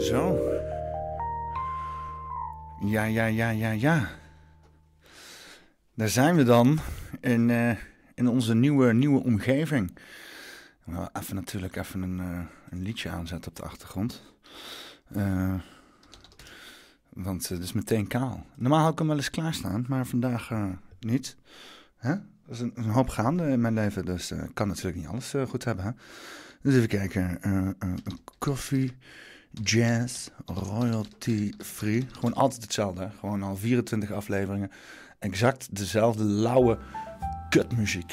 Zo. Ja. Daar zijn we dan in onze nieuwe omgeving. Nou, even een liedje aanzetten op de achtergrond. Want het is meteen kaal. Normaal had ik hem wel eens klaarstaan, maar vandaag niet. Hè? Er is een hoop gaande in mijn leven, dus ik kan natuurlijk niet alles goed hebben. Hè? Dus even kijken. Koffie, jazz, royalty free. Gewoon altijd hetzelfde. Hè? Gewoon al 24 afleveringen. Exact dezelfde lauwe kutmuziek.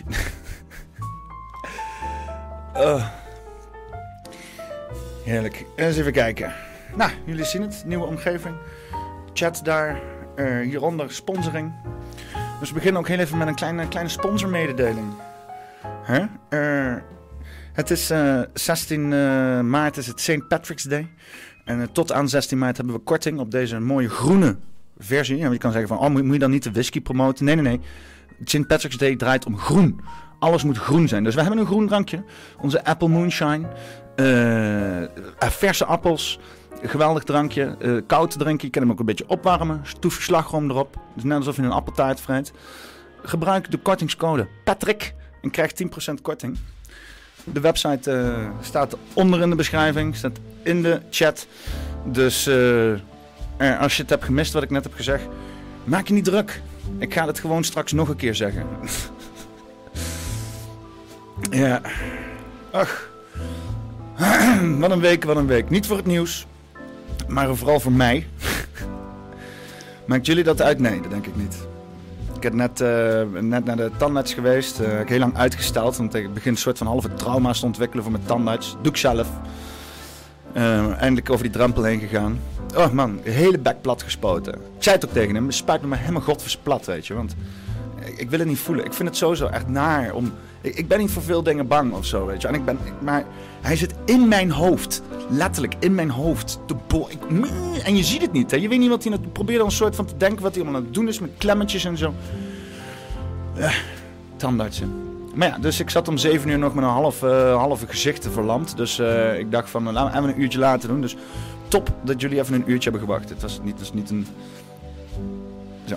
Heerlijk. Eens even kijken. Nou, jullie zien het. Nieuwe omgeving. Chat daar. Hieronder sponsoring. Dus we beginnen ook heel even met een kleine sponsormededeling. Het is 16 maart is het St. Patrick's Day. En tot aan 16 maart hebben we korting op deze mooie groene versie. En je kan zeggen van, moet je dan niet de whisky promoten? Nee. St. Patrick's Day draait om groen. Alles moet groen zijn. Dus we hebben een groen drankje. Onze Apple Moonshine. Verse appels. Geweldig drankje. Koud te drinken. Je kan hem ook een beetje opwarmen. Stoef slagroom erop. Dus net alsof je een appeltaart vreet. Gebruik de kortingscode Patrick. En krijg 10% korting. De website staat onder in de beschrijving. Staat in de chat. Dus als je het hebt gemist wat ik net heb gezegd. Maak je niet druk. Ik ga het gewoon straks nog een keer zeggen. Ja. Ach. Wat een week. Niet voor het nieuws. Maar vooral voor mij. Maakt jullie dat uit? Nee, dat denk ik niet. Ik heb net naar de tandarts geweest. Ik heb heel lang uitgesteld. Want ik begin een soort van halve trauma's te ontwikkelen voor mijn tandarts. Doe ik zelf. Eindelijk over die drempel heen gegaan. Oh man, de hele bek plat gespoten. Ik zei het ook tegen hem. Het spuit me maar helemaal godversplat, weet je. Want ik wil het niet voelen. Ik vind het sowieso echt naar om... Ik ben niet voor veel dingen bang of zo, weet je. Maar hij zit in mijn hoofd. Letterlijk in mijn hoofd. En je ziet het niet, hè. Je weet niet wat hij... Probeer dan een soort van te denken wat hij allemaal aan het doen is. Met klemmetjes en zo. Tandartsen. Maar ja, dus ik zat om 7 uur nog met een halve gezicht verlamd. Dus ik dacht van, laten we even een uurtje later doen. Dus top dat jullie even een uurtje hebben gewacht. Het was niet een... Zo.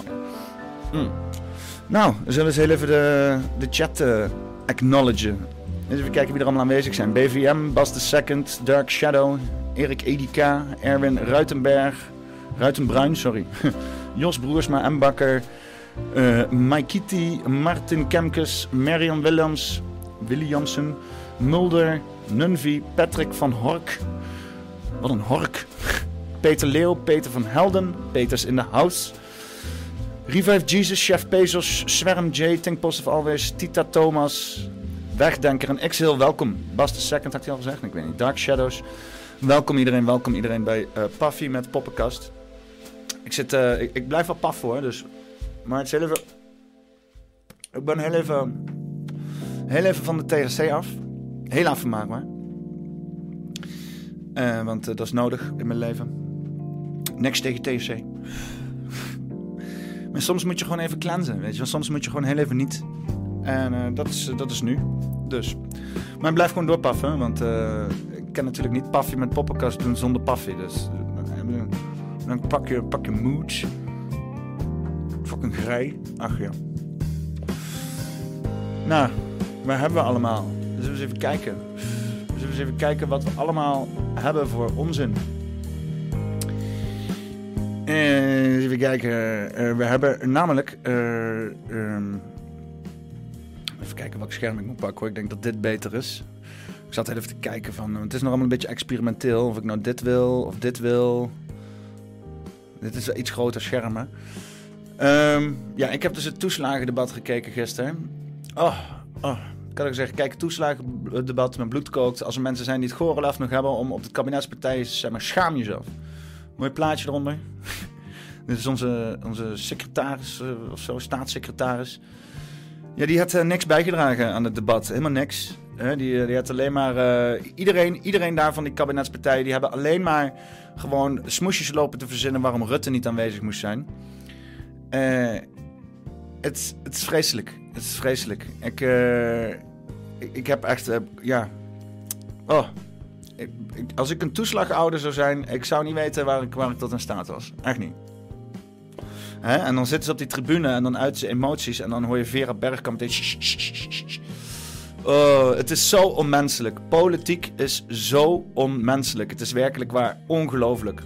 Nou, we zullen eens heel even de chat acknowledgen. Eens even kijken wie er allemaal aanwezig zijn. BVM, Bas II, Dark Shadow, Erik Edika, Erwin Ruitenbruin, Jos Broersma, M. Bakker, Maikiti, Martin Kemkes, Marian Williamson, Mulder, Nunvi, Patrick van Hork. Wat een hork. Peter Leeuw, Peter van Helden, Peters in the House. Revive Jesus, Chef Bezos, Swerm J, Think Positive Always, Tita Thomas, Wegdenker en X-Hill, welkom. Bas II had hij al gezegd, ik weet niet. Dark Shadows, welkom iedereen bij Puffy met Poppenkast. Ik blijf wel paf voor, dus... Maar het is heel even... Ik ben heel even van de THC af. Heel even maar. Want dat is nodig in mijn leven. Niks tegen THC. Maar soms moet je gewoon even cleansen, weet je. Want soms moet je gewoon heel even niet. En dat is nu. Dus. Maar ik blijf gewoon doorpaffen. Want ik kan natuurlijk niet Puffy met Poppenkast doen zonder Puffy. Dus dan pak je mooch. Fucking grij. Ach ja. Nou, waar hebben we allemaal? Dus we eens even kijken wat we allemaal hebben voor onzin. Even kijken. We hebben namelijk... even kijken welk scherm ik moet pakken hoor. Ik denk dat dit beter is. Ik zat even te kijken van... Het is nog allemaal een beetje experimenteel. Of ik nou dit wil of dit wil. Dit is wel iets groter scherm, hè. Ja, ik heb dus het toeslagendebat gekeken gisteren. Ik kan ook zeggen, kijk, het toeslagendebat met bloed kookt. Als er mensen zijn die het Gorelef nog hebben om op de kabinetspartij, zeg maar, schaam jezelf. Mooi plaatje eronder. Dit is onze secretaris of zo, staatssecretaris. Ja, die had niks bijgedragen aan het debat. Helemaal niks. Die had alleen maar... Iedereen daar van die kabinetspartijen, die hebben alleen maar gewoon smoesjes lopen te verzinnen waarom Rutte niet aanwezig moest zijn. Het is vreselijk. Het is vreselijk. Ik heb echt... als ik een toeslagouder zou zijn, ik zou niet weten waar ik tot in staat was. Echt niet. Hè? En dan zitten ze op die tribune en dan uit zijn emoties en dan hoor je Vera Bergkamp. Het is zo onmenselijk. Politiek is zo onmenselijk. Het is werkelijk waar ongelooflijk.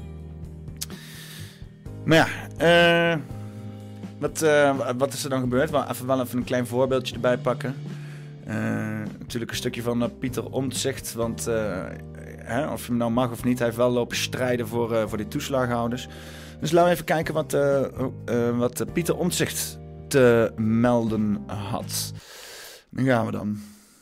Maar ja, wat is er dan gebeurd? Wel even een klein voorbeeldje erbij pakken. Natuurlijk een stukje van Pieter Omtzigt. Want of je hem nou mag of niet, hij heeft wel lopen strijden voor die toeslaghouders. Dus laten we even kijken wat Pieter Omtzigt te melden had. Dan gaan we dan.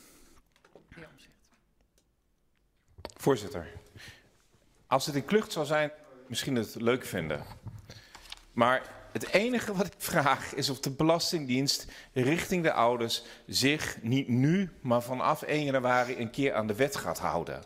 Voorzitter, als het in klucht zou zijn, misschien het leuk vinden. Maar het enige wat ik vraag is of de Belastingdienst richting de ouders zich niet nu, maar vanaf 1 januari een keer aan de wet gaat houden.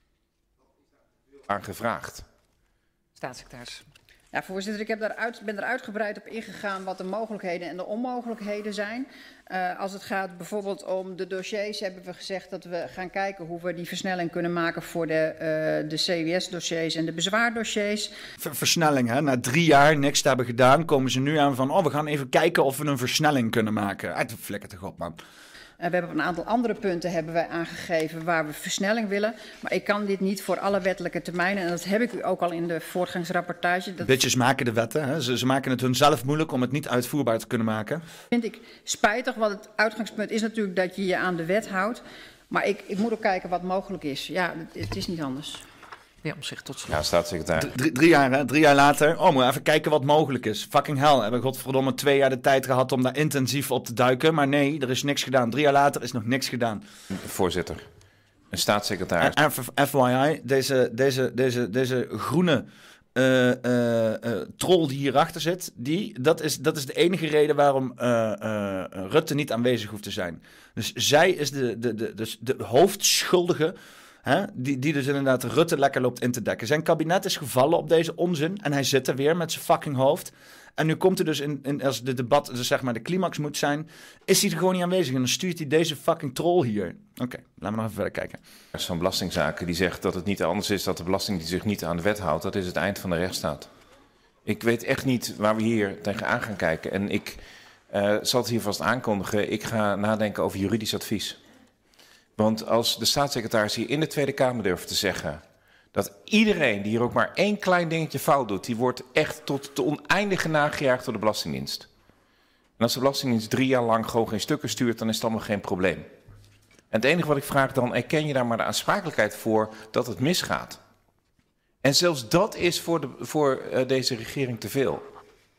Aan gevraagd. Staatssecretaris. Ja, voorzitter, ik ben er uitgebreid op ingegaan wat de mogelijkheden en de onmogelijkheden zijn. Als het gaat bijvoorbeeld om de dossiers, hebben we gezegd dat we gaan kijken hoe we die versnelling kunnen maken voor de CWS-dossiers en de bezwaardossiers. Versnelling, hè? Na 3 jaar niks te hebben gedaan, komen ze nu aan van, we gaan even kijken of we een versnelling kunnen maken. Flikker toch op, man. We hebben op een aantal andere punten hebben wij aangegeven waar we versnelling willen. Maar ik kan dit niet voor alle wettelijke termijnen. En dat heb ik u ook al in de voortgangsrapportage. Bitches maken de wetten. Hè? Ze maken het hunzelf moeilijk om het niet uitvoerbaar te kunnen maken. Vind ik spijtig, want het uitgangspunt is natuurlijk dat je je aan de wet houdt. Maar ik moet ook kijken wat mogelijk is. Ja, het is niet anders. Ja, om zich tot slot. Ja, staatssecretaris. 3 jaar, hè? 3 jaar later. Moet even kijken wat mogelijk is. Fucking hell. Hebben we godverdomme 2 jaar de tijd gehad om daar intensief op te duiken. Maar nee, er is niks gedaan. 3 jaar later is nog niks gedaan. Voorzitter, een staatssecretaris. En FYI, deze groene troll die hierachter zit, dat is de enige reden waarom Rutte niet aanwezig hoeft te zijn. Dus zij is de hoofdschuldige. Die dus inderdaad Rutte lekker loopt in te dekken. Zijn kabinet is gevallen op deze onzin. En hij zit er weer met zijn fucking hoofd. En nu komt er dus als de debat, dus zeg maar de climax moet zijn, is hij er gewoon niet aanwezig. En dan stuurt hij deze fucking troll hier. Oké, laten we nog even verder kijken. Van Belastingzaken die zegt dat het niet anders is dat de Belastingdienst zich niet aan de wet houdt. Dat is het eind van de rechtsstaat. Ik weet echt niet waar we hier tegenaan gaan kijken. En ik zal het hier vast aankondigen. Ik ga nadenken over juridisch advies. Want als de staatssecretaris hier in de Tweede Kamer durft te zeggen dat iedereen die hier ook maar 1 klein dingetje fout doet, die wordt echt tot de oneindige nagejaagd door de Belastingdienst. En als de Belastingdienst 3 jaar lang gewoon geen stukken stuurt, dan is het allemaal geen probleem. En het enige wat ik vraag dan, erken je daar maar de aansprakelijkheid voor dat het misgaat? En zelfs dat is voor deze regering te veel.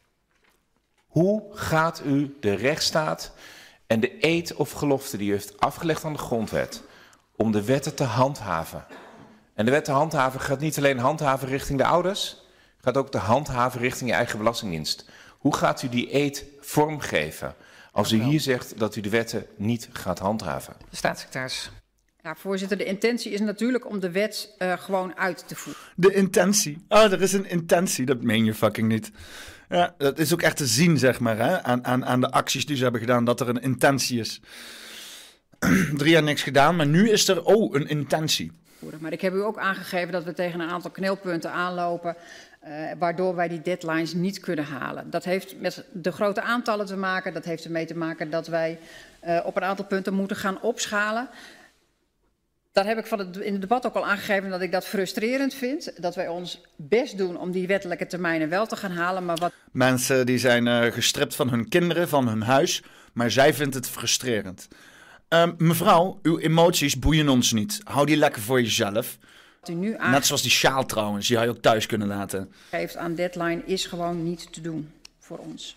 Hoe gaat u de rechtsstaat en de eed of gelofte die u heeft afgelegd aan de grondwet om de wetten te handhaven? En de wet te handhaven gaat niet alleen handhaven richting de ouders, gaat ook de handhaven richting je eigen belastingdienst. Hoe gaat u die eed vormgeven als u hier zegt dat u de wetten niet gaat handhaven? De staatssecretaris. Ja, voorzitter, de intentie is natuurlijk om de wet gewoon uit te voeren. De intentie. Er is een intentie. Dat meen je fucking niet. Ja, dat is ook echt te zien, zeg maar, hè? Aan de acties die ze hebben gedaan, dat er een intentie is. 3 jaar niks gedaan, maar nu is er een intentie. Maar ik heb u ook aangegeven dat we tegen een aantal knelpunten aanlopen, waardoor wij die deadlines niet kunnen halen. Dat heeft met de grote aantallen te maken. Dat heeft ermee te maken dat wij op een aantal punten moeten gaan opschalen. Daar heb ik in het debat ook al aangegeven dat ik dat frustrerend vind. Dat wij ons best doen om die wettelijke termijnen wel te gaan halen. Maar Mensen die zijn gestript van hun kinderen, van hun huis. Maar zij vindt het frustrerend. Mevrouw, uw emoties boeien ons niet. Hou die lekker voor jezelf. Net zoals die sjaal trouwens, die had je ook thuis kunnen laten. Geeft aan deadline is gewoon niet te doen voor ons.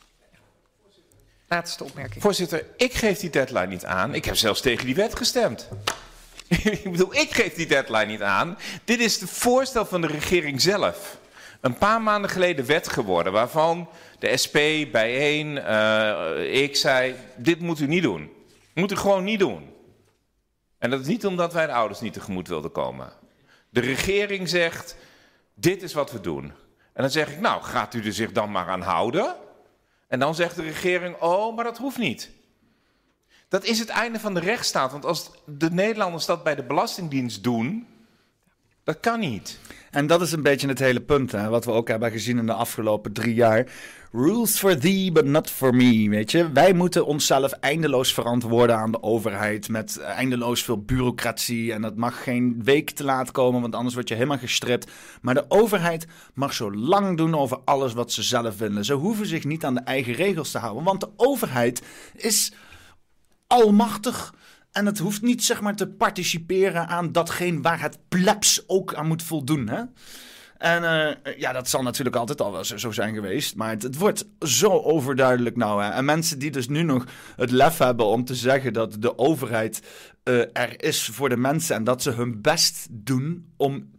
Laatste opmerking. Voorzitter, ik geef die deadline niet aan. Ik heb zelfs tegen die wet gestemd. Ik bedoel, ik geef die deadline niet aan. Dit is het voorstel van de regering zelf. Een paar maanden geleden wet geworden, waarvan de SP bijeen, ik zei, dit moet u niet doen. Moet u gewoon niet doen. En dat is niet omdat wij de ouders niet tegemoet wilden komen. De regering zegt, dit is wat we doen. En dan zeg ik, nou, gaat u er zich dan maar aan houden? En dan zegt de regering, maar dat hoeft niet. Dat is het einde van de rechtsstaat. Want als de Nederlanders dat bij de Belastingdienst doen, Dat kan niet. En dat is een beetje het hele punt, hè, wat we ook hebben gezien in de afgelopen 3 jaar. Rules for thee, but not for me, weet je. Wij moeten onszelf eindeloos verantwoorden aan de overheid met eindeloos veel bureaucratie. En dat mag geen week te laat komen, want anders word je helemaal gestript. Maar de overheid mag zo lang doen over alles wat ze zelf willen. Ze hoeven zich niet aan de eigen regels te houden, want de overheid is almachtig. En het hoeft niet, zeg maar, te participeren aan datgene waar het plebs ook aan moet voldoen, hè. En dat zal natuurlijk altijd al wel zo zijn geweest. Maar het wordt zo overduidelijk nou. Hè. En mensen die dus nu nog het lef hebben om te zeggen dat de overheid er is voor de mensen. En dat ze hun best doen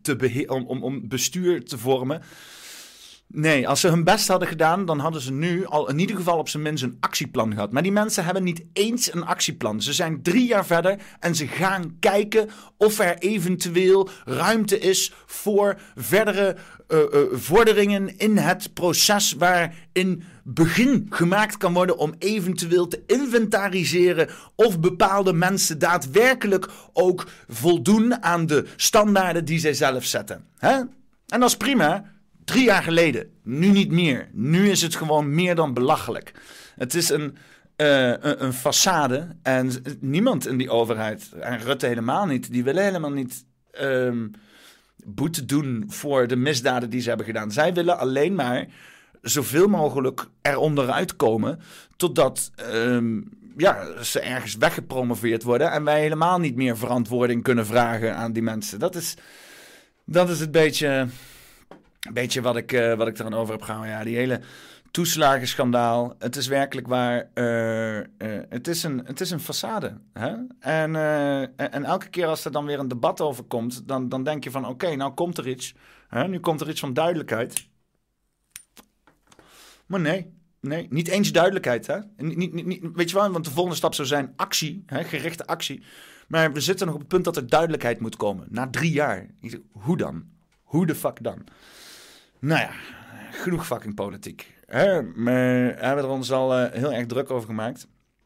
om bestuur te vormen. Nee, als ze hun best hadden gedaan, dan hadden ze nu al in ieder geval op zijn minst een actieplan gehad. Maar die mensen hebben niet eens een actieplan. Ze zijn 3 jaar verder en ze gaan kijken of er eventueel ruimte is voor verdere vorderingen in het proces waarin begin gemaakt kan worden om eventueel te inventariseren of bepaalde mensen daadwerkelijk ook voldoen aan de standaarden die zij zelf zetten. Hè? En dat is prima. 3 jaar geleden, nu niet meer. Nu is het gewoon meer dan belachelijk. Het is een façade en niemand in die overheid, en Rutte helemaal niet, die willen helemaal niet boete doen voor de misdaden die ze hebben gedaan. Zij willen alleen maar zoveel mogelijk eronderuit komen totdat ze ergens weggepromoveerd worden en wij helemaal niet meer verantwoording kunnen vragen aan die mensen. Dat is het beetje wat ik eraan over heb gehouden. Ja, die hele toeslagenschandaal. Het is werkelijk waar. Het is een façade. Hè? En elke keer als er dan weer een debat over komt, dan denk je van oké, nou komt er iets. Hè? Nu komt er iets van duidelijkheid. Maar nee, niet eens duidelijkheid. Hè? Niet, weet je wel, want de volgende stap zou zijn actie, hè? Gerichte actie. Maar we zitten nog op het punt dat er duidelijkheid moet komen. Na 3 jaar. Hoe dan? Hoe de fuck dan? Nou ja, genoeg fucking politiek. We hebben er ons al heel erg druk over gemaakt.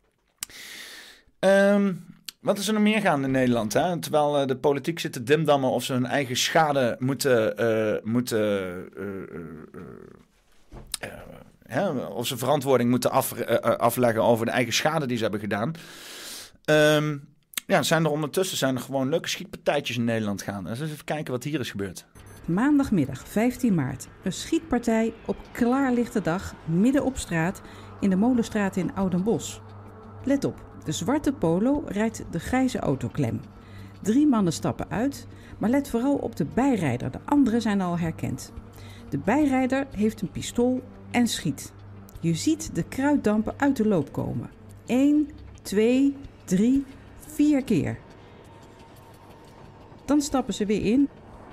Wat is er nog meer gaande in Nederland? Hè? Terwijl de politiek zit te dimdammen of ze hun eigen schade of ze verantwoording moeten afleggen over de eigen schade die ze hebben gedaan. Zijn er gewoon leuke schietpartijtjes in Nederland gaande. Dus even kijken wat hier is gebeurd. Maandagmiddag 15 maart. Een schietpartij op klaarlichte dag midden op straat in de Molenstraat in Oudenbosch. Let op, de zwarte Polo rijdt de grijze auto klem. 3 mannen stappen uit, maar let vooral op de bijrijder. De anderen zijn al herkend. De bijrijder heeft een pistool en schiet. Je ziet de kruiddampen uit de loop komen. 1, 2, 3, 4 keer. Dan stappen ze weer in,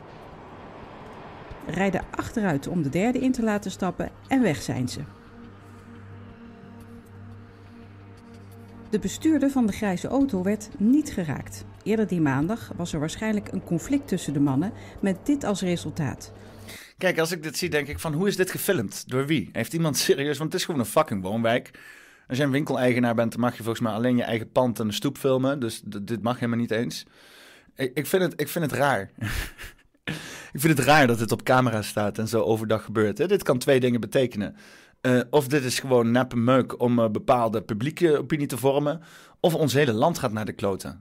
rijden achteruit om de derde in te laten stappen en weg zijn ze. De bestuurder van de grijze auto werd niet geraakt. Eerder die maandag was er waarschijnlijk een conflict tussen de mannen met dit als resultaat. Kijk, als ik dit zie, denk ik van hoe is dit gefilmd? Door wie? Heeft iemand serieus? Want het is gewoon een fucking woonwijk. Als je een winkeleigenaar bent, dan mag je volgens mij alleen je eigen pand en de stoep filmen. Dus dit mag helemaal niet eens. Ik vind het raar. Ik vind het raar dat het op camera staat en zo overdag gebeurt. Hè? Dit kan 2 dingen betekenen. Of dit is gewoon neppe meuk om bepaalde publieke opinie te vormen. Of ons hele land gaat naar de kloten.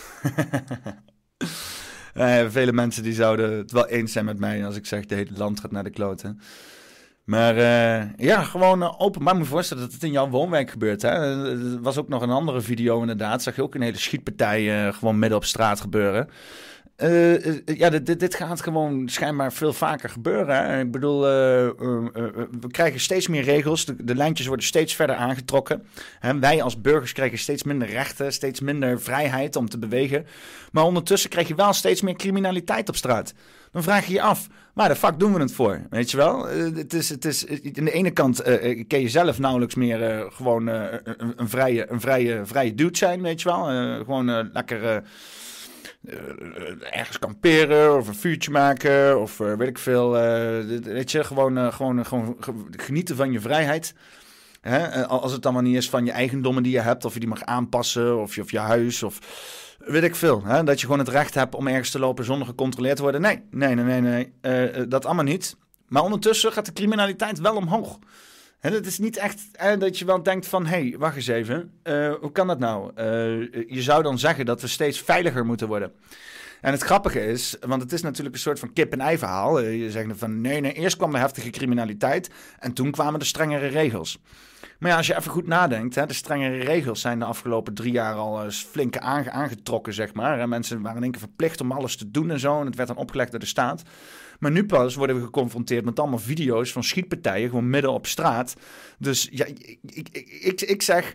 Vele mensen die zouden het wel eens zijn met mij als ik zeg de hele land gaat naar de kloten. Maar gewoon openbaar. Moet je voorstellen dat het in jouw woonwijk gebeurt. Hè? Er was ook nog een andere video inderdaad. Zag je ook een hele schietpartij gewoon midden op straat gebeuren. Dit gaat gewoon schijnbaar veel vaker gebeuren. Hè? Ik bedoel, we krijgen steeds meer regels. De lijntjes worden steeds verder aangetrokken. Hè? Wij als burgers krijgen steeds minder rechten, steeds minder vrijheid om te bewegen. Maar ondertussen krijg je wel steeds meer criminaliteit op straat. Dan vraag je je af, waar de fuck doen we het voor? Weet je wel? Het is aan de ene kant kun je zelf nauwelijks meer gewoon een vrije dude zijn, weet je wel? Gewoon lekker ergens kamperen of een vuurtje maken of weet ik veel. Weet je, gewoon genieten van je vrijheid. Hè? Als het dan maar niet is van je eigendommen die je hebt, of je die mag aanpassen, of je huis, of weet ik veel. Hè? Dat je gewoon het recht hebt om ergens te lopen zonder gecontroleerd te worden. Nee. Dat allemaal niet. Maar ondertussen gaat de criminaliteit wel omhoog. En het is niet echt dat je wel denkt van... hé, wacht eens even. Hoe kan dat nou? Je zou dan zeggen dat we steeds veiliger moeten worden. En het grappige is, want het is natuurlijk een soort van kip-en-ei verhaal. Je zegt van nee, eerst kwam de heftige criminaliteit... en toen kwamen de strengere regels. Maar ja, als je even goed nadenkt... de strengere regels zijn de afgelopen 3 jaar al flink aangetrokken, zeg maar. En mensen waren in één keer verplicht om alles te doen en zo... en het werd dan opgelegd door de staat... Maar nu pas worden we geconfronteerd met allemaal video's van schietpartijen, gewoon midden op straat. Dus ja, ik zeg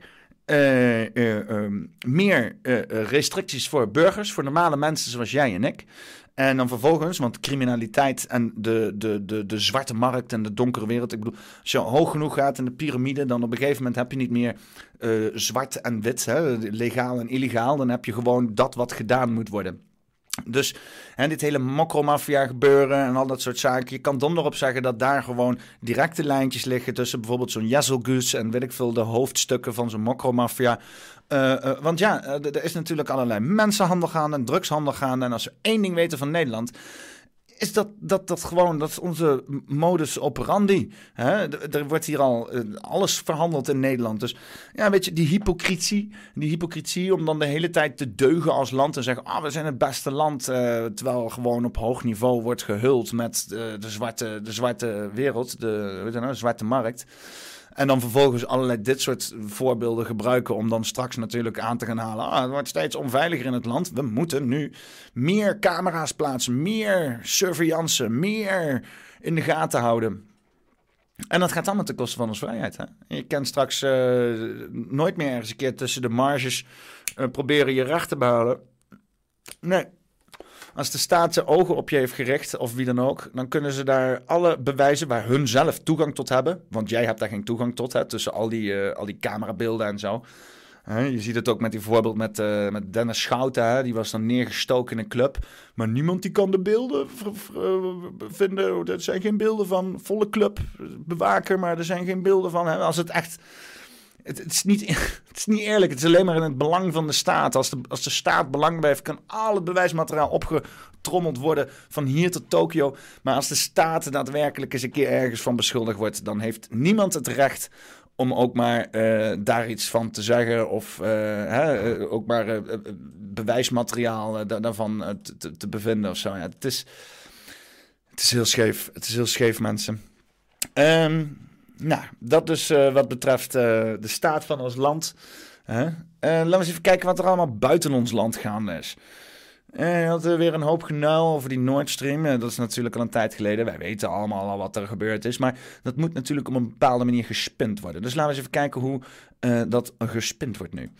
meer restricties voor burgers, voor normale mensen zoals jij en ik. En dan vervolgens, want criminaliteit en de zwarte markt en de donkere wereld. Ik bedoel, als je hoog genoeg gaat in de piramide, dan op een gegeven moment heb je niet meer zwart en wit, hè, legaal en illegaal. Dan heb je gewoon dat wat gedaan moet worden. Dus dit hele mokromafia gebeuren en al dat soort zaken. Je kan dom erop zeggen dat daar gewoon directe lijntjes liggen tussen bijvoorbeeld zo'n Jezelgus en weet ik veel de hoofdstukken van zo'n mokromafia. Want ja, er is natuurlijk allerlei mensenhandel gaande en drugshandel gaande. En als we één ding weten van Nederland, is dat is onze modus operandi. Hè? Er wordt hier al alles verhandeld in Nederland. Dus ja, weet je, die hypocrisie om dan de hele tijd te deugen als land en zeggen, we zijn het beste land, terwijl gewoon op hoog niveau wordt gehuld met de zwarte wereld, de zwarte markt. En dan vervolgens allerlei dit soort voorbeelden gebruiken om dan straks natuurlijk aan te gaan halen. Het wordt steeds onveiliger in het land. We moeten nu meer camera's plaatsen, meer surveillance, meer in de gaten houden. En dat gaat allemaal ten koste van onze vrijheid. Hè? Je kan straks nooit meer ergens een keer tussen de marges proberen je recht te behouden. Nee. Als de staat zijn ogen op je heeft gericht, of wie dan ook, dan kunnen ze daar alle bewijzen waar hun zelf toegang tot hebben. Want jij hebt daar geen toegang tot, hè, tussen al die camerabeelden en zo. Je ziet het ook met die voorbeeld met Dennis Schouten. Hè, die was dan neergestoken in een club. Maar niemand die kan de beelden vinden. Er zijn geen beelden van volle clubbewaker, maar er zijn geen beelden van... Hè, als het echt... Het is niet eerlijk. Het is alleen maar in het belang van de staat. Als de staat belang bij heeft, kan al het bewijsmateriaal opgetrommeld worden van hier tot Tokio. Maar als de staat daadwerkelijk eens een keer ergens van beschuldigd wordt, dan heeft niemand het recht om ook maar daar iets van te zeggen of ook maar bewijsmateriaal daarvan te bevinden of zo. Ja, het is heel scheef. Het is heel scheef, mensen. Nou, dat dus wat betreft de staat van ons land. Laten we eens even kijken wat er allemaal buiten ons land gaande is. Je had weer een hoop genuil over die Nord Stream. Dat is natuurlijk al een tijd geleden. Wij weten allemaal al wat er gebeurd is. Maar dat moet natuurlijk op een bepaalde manier gespind worden. Dus laten we eens even kijken hoe dat gespind wordt nu.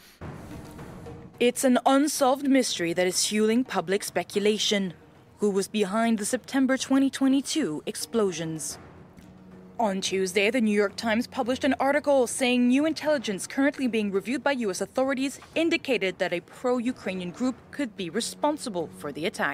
It's an unsolved mystery that is fueling public speculation. Who was behind the September 2022 explosions? On Tuesday, the New York Times published an article saying new intelligence currently being reviewed by U.S. authorities indicated that a pro-Ukrainian group could be responsible for the attack.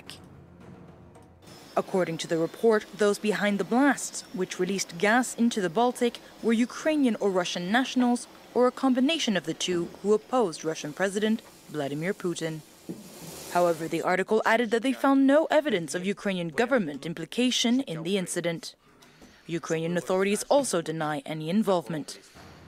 According to the report, those behind the blasts, which released gas into the Baltic, were Ukrainian or Russian nationals, or a combination of the two who opposed Russian President Vladimir Putin. However, the article added that they found no evidence of Ukrainian government implication in the incident. Ukrainian authorities also deny any involvement.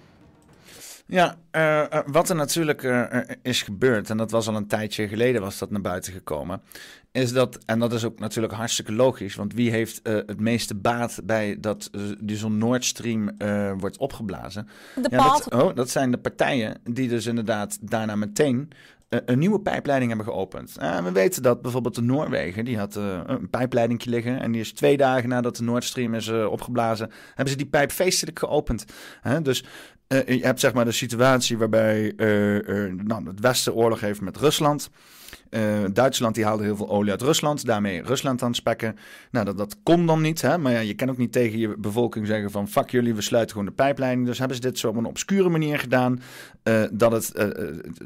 Ja, wat er natuurlijk is gebeurd, en dat was al een tijdje geleden was dat naar buiten gekomen, is dat, en dat is ook natuurlijk hartstikke logisch, want wie heeft het meeste baat bij dat zo'n Nord Stream wordt opgeblazen? Dat zijn de partijen die dus inderdaad daarna meteen een nieuwe pijpleiding hebben geopend. We weten dat bijvoorbeeld de Noorwegen, die had een pijpleiding liggen en die is 2 dagen nadat de Nord Stream is opgeblazen, hebben ze die pijp feestelijk geopend. Dus je hebt zeg maar de situatie waarbij het Westen oorlog heeft met Rusland. Duitsland die haalde heel veel olie uit Rusland, daarmee Rusland aan het spekken. Nou, dat kon dan niet, hè? Maar ja, je kan ook niet tegen je bevolking zeggen van fuck jullie, we sluiten gewoon de pijpleiding. Dus hebben ze dit zo op een obscure manier gedaan, dat het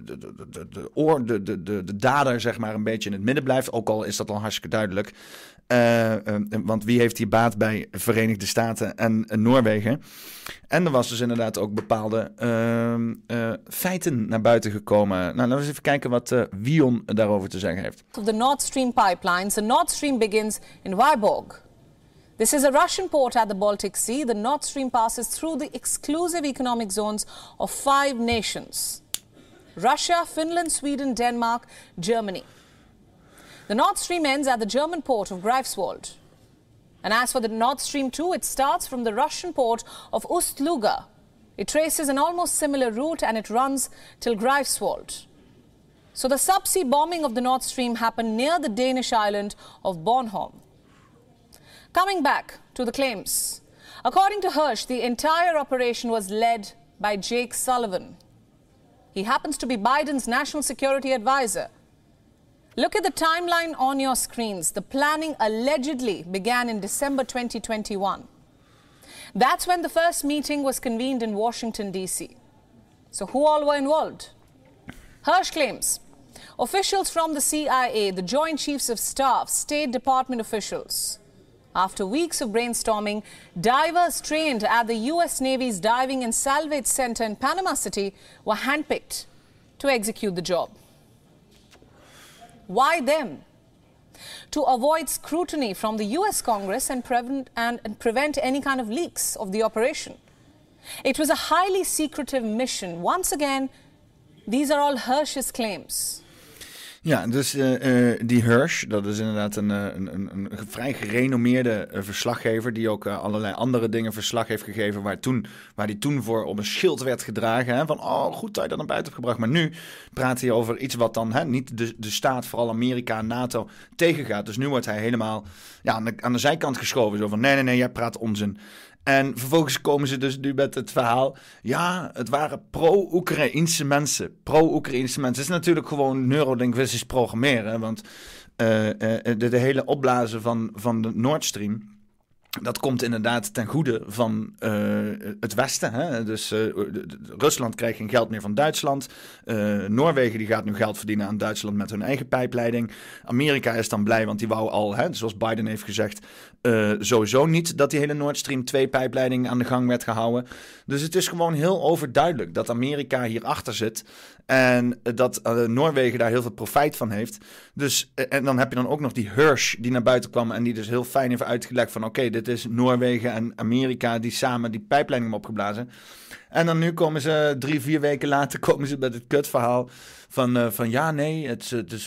de dader zeg maar een beetje in het midden blijft, ook al is dat al hartstikke duidelijk. Want wie heeft hier baat bij Verenigde Staten en Noorwegen? En er was dus inderdaad ook bepaalde feiten naar buiten gekomen. Nou, laten we eens even kijken wat Wion daarover te zeggen heeft. Of the Nord Stream pipelines. The Nord Stream begins in Vyborg. This is a Russian port at the Baltic Sea. The Nord Stream passes through the exclusive economic zones of 5 nations: Russia, Finland, Sweden, Denmark, Germany. The Nord Stream ends at the German port of Greifswald. And as for the Nord Stream 2, it starts from the Russian port of Ust-Luga. It traces an almost similar route and it runs till Greifswald. So the subsea bombing of the Nord Stream happened near the Danish island of Bornholm. Coming back to the claims. According to Hersh, the entire operation was led by Jake Sullivan. He happens to be Biden's national security advisor. Look at the timeline on your screens. The planning allegedly began in December 2021. That's when the first meeting was convened in Washington, D.C. So who all were involved? Hersh claims officials from the CIA, the Joint Chiefs of Staff, State Department officials. After weeks of brainstorming, divers trained at the U.S. Navy's Diving and Salvage Center in Panama City were handpicked to execute the job. Why them? To avoid scrutiny from the US Congress and prevent any kind of leaks of the operation. It was a highly secretive mission. Once again, these are all Hersh's claims. Ja, dus die Hersh, dat is inderdaad een vrij gerenommeerde verslaggever die ook allerlei andere dingen verslag heeft gegeven waar die toen voor op een schild werd gedragen. Hè, van, goed dat je dat naar buiten hebt gebracht. Maar nu praat hij over iets wat dan niet de staat, vooral Amerika en NATO, tegengaat. Dus nu wordt hij helemaal aan de zijkant geschoven. Zo van, nee, jij praat onzin. En vervolgens komen ze dus nu met het verhaal. Ja, het waren pro-Oekraïnse mensen. Pro-Oekraïnse mensen. Het is natuurlijk gewoon neurolinguistisch programmeren. Want de hele opblazen van de Nord Stream, dat komt inderdaad ten goede van het Westen. Hè? Dus Rusland krijgt geen geld meer van Duitsland. Noorwegen die gaat nu geld verdienen aan Duitsland met hun eigen pijpleiding. Amerika is dan blij, want die wou al, zoals Biden heeft gezegd, sowieso niet dat die hele Nord Stream 2 pijpleiding aan de gang werd gehouden. Dus het is gewoon heel overduidelijk dat Amerika hierachter zit. En dat Noorwegen daar heel veel profijt van heeft. Dus, en dan heb je dan ook nog die Hersh die naar buiten kwam en die dus heel fijn heeft uitgelegd van oké, dit is Noorwegen en Amerika die samen die pijpleiding hebben opgeblazen. En dan nu komen ze 3-4 weken later komen ze met het kutverhaal van ja, nee, het is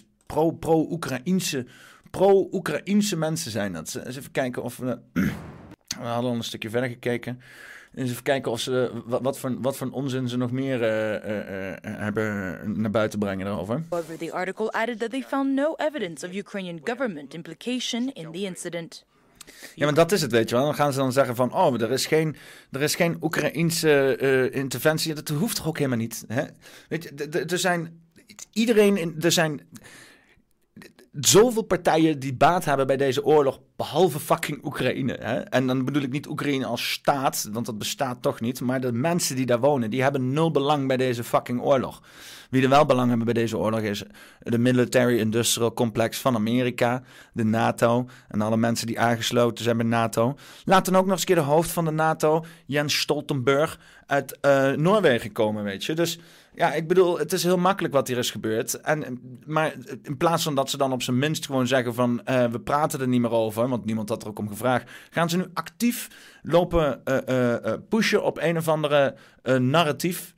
pro-Oekraïnse mensen zijn dat. Eens even kijken of we hadden al een stukje verder gekeken. Eens even kijken of ze wat voor onzin ze nog meer hebben naar buiten brengen daarover. However, the article added that they found no evidence of Ukrainian government implication in the incident. Ja, maar dat is het, weet je wel. Dan gaan ze dan zeggen van, er is geen Oekraïense interventie. Dat hoeft toch ook helemaal niet. Hè? Weet je, er zijn zoveel partijen die baat hebben bij deze oorlog, behalve fucking Oekraïne. Hè? En dan bedoel ik niet Oekraïne als staat, want dat bestaat toch niet. Maar de mensen die daar wonen, die hebben 0 belang bij deze fucking oorlog. Wie er wel belang hebben bij deze oorlog is de Military Industrial Complex van Amerika, de NATO en alle mensen die aangesloten zijn bij NATO. Laat dan ook nog eens een keer de hoofd van de NATO, Jens Stoltenberg, uit Noorwegen komen, weet je. Dus ja, ik bedoel, het is heel makkelijk wat hier is gebeurd. Maar in plaats van dat ze dan op zijn minst gewoon zeggen van we praten er niet meer over, want niemand had er ook om gevraagd, gaan ze nu actief lopen pushen op een of andere narratief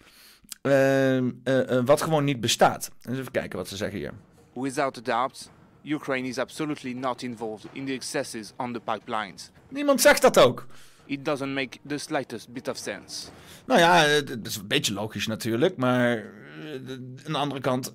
wat gewoon niet bestaat. Dus even kijken wat ze zeggen hier. Without a doubt, Ukraine is absolutely not involved in the excesses on the pipelines. Niemand zegt dat ook. It doesn't make the slightest bit of sense. Nou ja, het is een beetje logisch natuurlijk, maar aan de andere kant,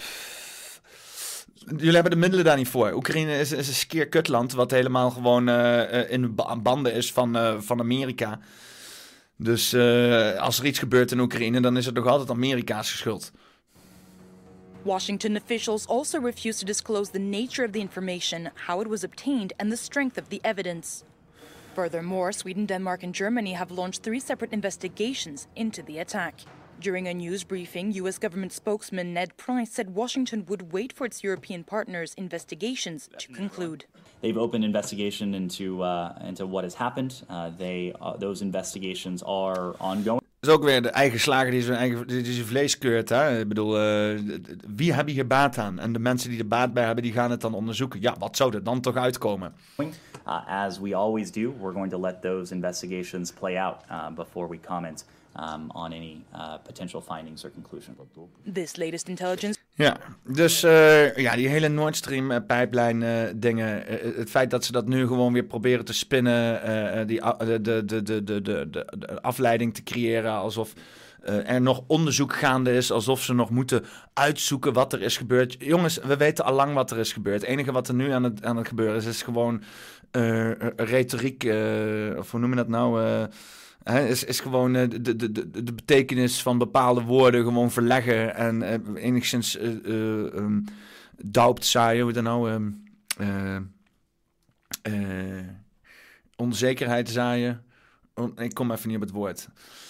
jullie hebben de middelen daar niet voor. Oekraïne is een skeer kutland wat helemaal gewoon in banden is van Amerika. Dus als er iets gebeurt in Oekraïne, dan is het nog altijd Amerika's schuld. Washington officials also refused to disclose the nature of the information, how it was obtained, and the strength of the evidence. Furthermore, Sweden, Denmark, and Germany have launched 3 separate investigations into the attack. During a news briefing, U.S. government spokesman Ned Price said Washington would wait for its European partners' investigations to conclude. They've opened investigation into what has happened. Those investigations are ongoing. Dat is ook weer de eigen slager die zijn vlees keurt. Hè? Ik bedoel, wie hebben hier baat aan? En de mensen die er baat bij hebben, die gaan het dan onderzoeken. Ja, wat zou er dan toch uitkomen? As we always do, we're going to let those investigations play out before we comment on any potential findings or conclusion. This latest intelligence. Ja, dus die hele Nord Stream pipeline dingen. Het feit dat ze dat nu gewoon weer proberen te spinnen, de afleiding te creëren, alsof er nog onderzoek gaande is, alsof ze nog moeten uitzoeken wat er is gebeurd. Jongens, we weten al lang wat er is gebeurd. Het enige wat er nu aan het gebeuren is gewoon retoriek, of hoe noem je dat nou? Is gewoon de betekenis van bepaalde woorden gewoon verleggen en enigszins doubt zaaien, hoe dan nou, onzekerheid zaaien. Ik kom even niet op het woord.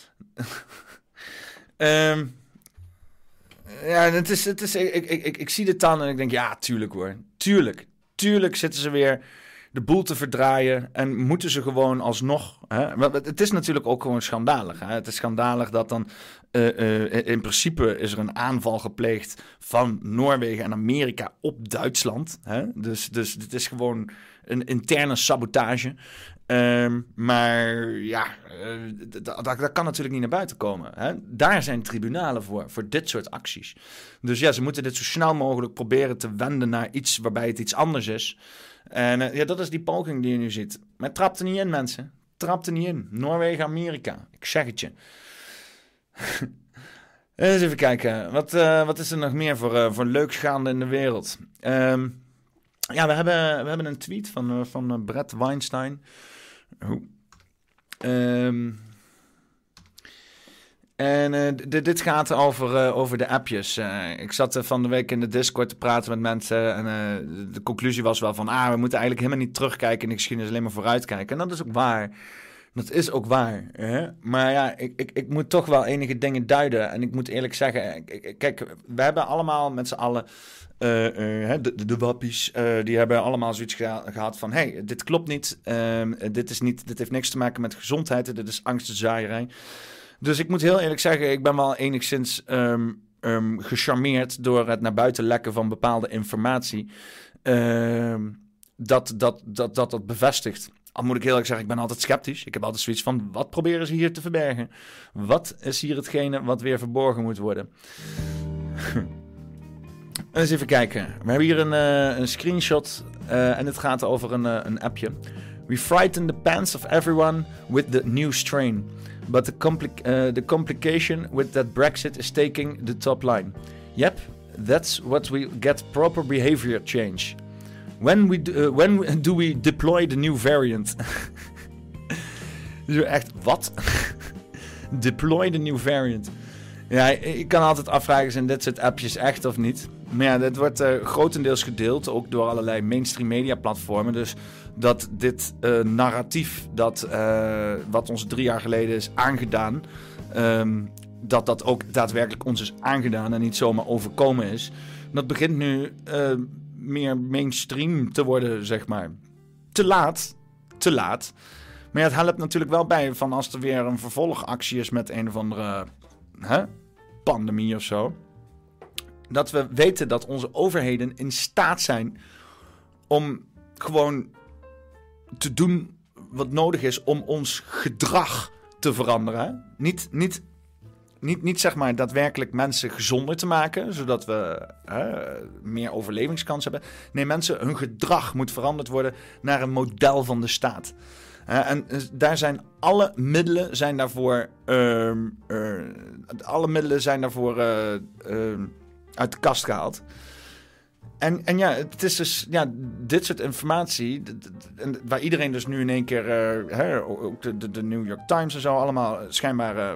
Ik zie dit dan en ik denk, ja, tuurlijk hoor. Tuurlijk zitten ze weer de boel te verdraaien en moeten ze gewoon alsnog. Hè? Het is natuurlijk ook gewoon schandalig. Hè? Het is schandalig dat dan in principe is er een aanval gepleegd van Noorwegen en Amerika op Duitsland. Hè? Dus het is gewoon een interne sabotage. Maar ja, dat kan natuurlijk niet naar buiten komen. Hè? Daar zijn tribunalen voor dit soort acties. Dus ja, ze moeten dit zo snel mogelijk proberen te wenden naar iets waarbij het iets anders is. En dat is die poging die je nu ziet. Maar trap er niet in, mensen. Trap er niet in. Noorwegen, Amerika. Ik zeg het je. Eens even kijken. Wat is er nog meer voor leuks gaande in de wereld? We hebben een tweet van Brett Weinstein. Dit gaat over de appjes. Ik zat van de week in de Discord te praten met mensen. En de conclusie was wel van, we moeten eigenlijk helemaal niet terugkijken in de geschiedenis, alleen maar vooruitkijken. En dat is ook waar. Dat is ook waar. Hè? Maar ja, ik moet toch wel enige dingen duiden. En ik moet eerlijk zeggen, kijk, we hebben allemaal met z'n allen, de wappies, die hebben allemaal zoiets gehad van, hey, dit klopt niet. Dit heeft niks te maken met gezondheid. Dit is angstenzaaierij. Dus ik moet heel eerlijk zeggen, ik ben wel enigszins gecharmeerd door het naar buiten lekken van bepaalde informatie. Dat bevestigt. Al moet ik heel eerlijk zeggen, ik ben altijd sceptisch. Ik heb altijd zoiets van, wat proberen ze hier te verbergen? Wat is hier hetgene wat weer verborgen moet worden? Eens even kijken. We hebben hier een screenshot en het gaat over een appje. We frighten the pants of everyone with the new strain. But the complication with that Brexit is taking the top line. Yep, that's what we get proper behavior change. When do we deploy the new variant? Echt, wat? Deploy the new variant. Ja, ik kan altijd afvragen, zijn dit soort appjes echt of niet? Maar ja, dit wordt grotendeels gedeeld, ook door allerlei mainstream media platformen. Dus dat dit narratief, wat ons 3 jaar geleden is aangedaan, dat ook daadwerkelijk ons is aangedaan en niet zomaar overkomen is. Dat begint nu meer mainstream te worden, zeg maar. Te laat. Maar ja, het helpt natuurlijk wel bij van als er weer een vervolgactie is met een of andere pandemie of zo. Dat we weten dat onze overheden in staat zijn om gewoon te doen wat nodig is om ons gedrag te veranderen. Niet zeg maar daadwerkelijk mensen gezonder te maken, zodat we meer overlevingskans hebben. Nee, hun gedrag moet veranderd worden naar een model van de staat. En daar zijn alle middelen daarvoor uit de kast gehaald. En ja, het is dus dit soort informatie, waar iedereen dus nu in één keer, ook de New York Times en zo, allemaal schijnbaar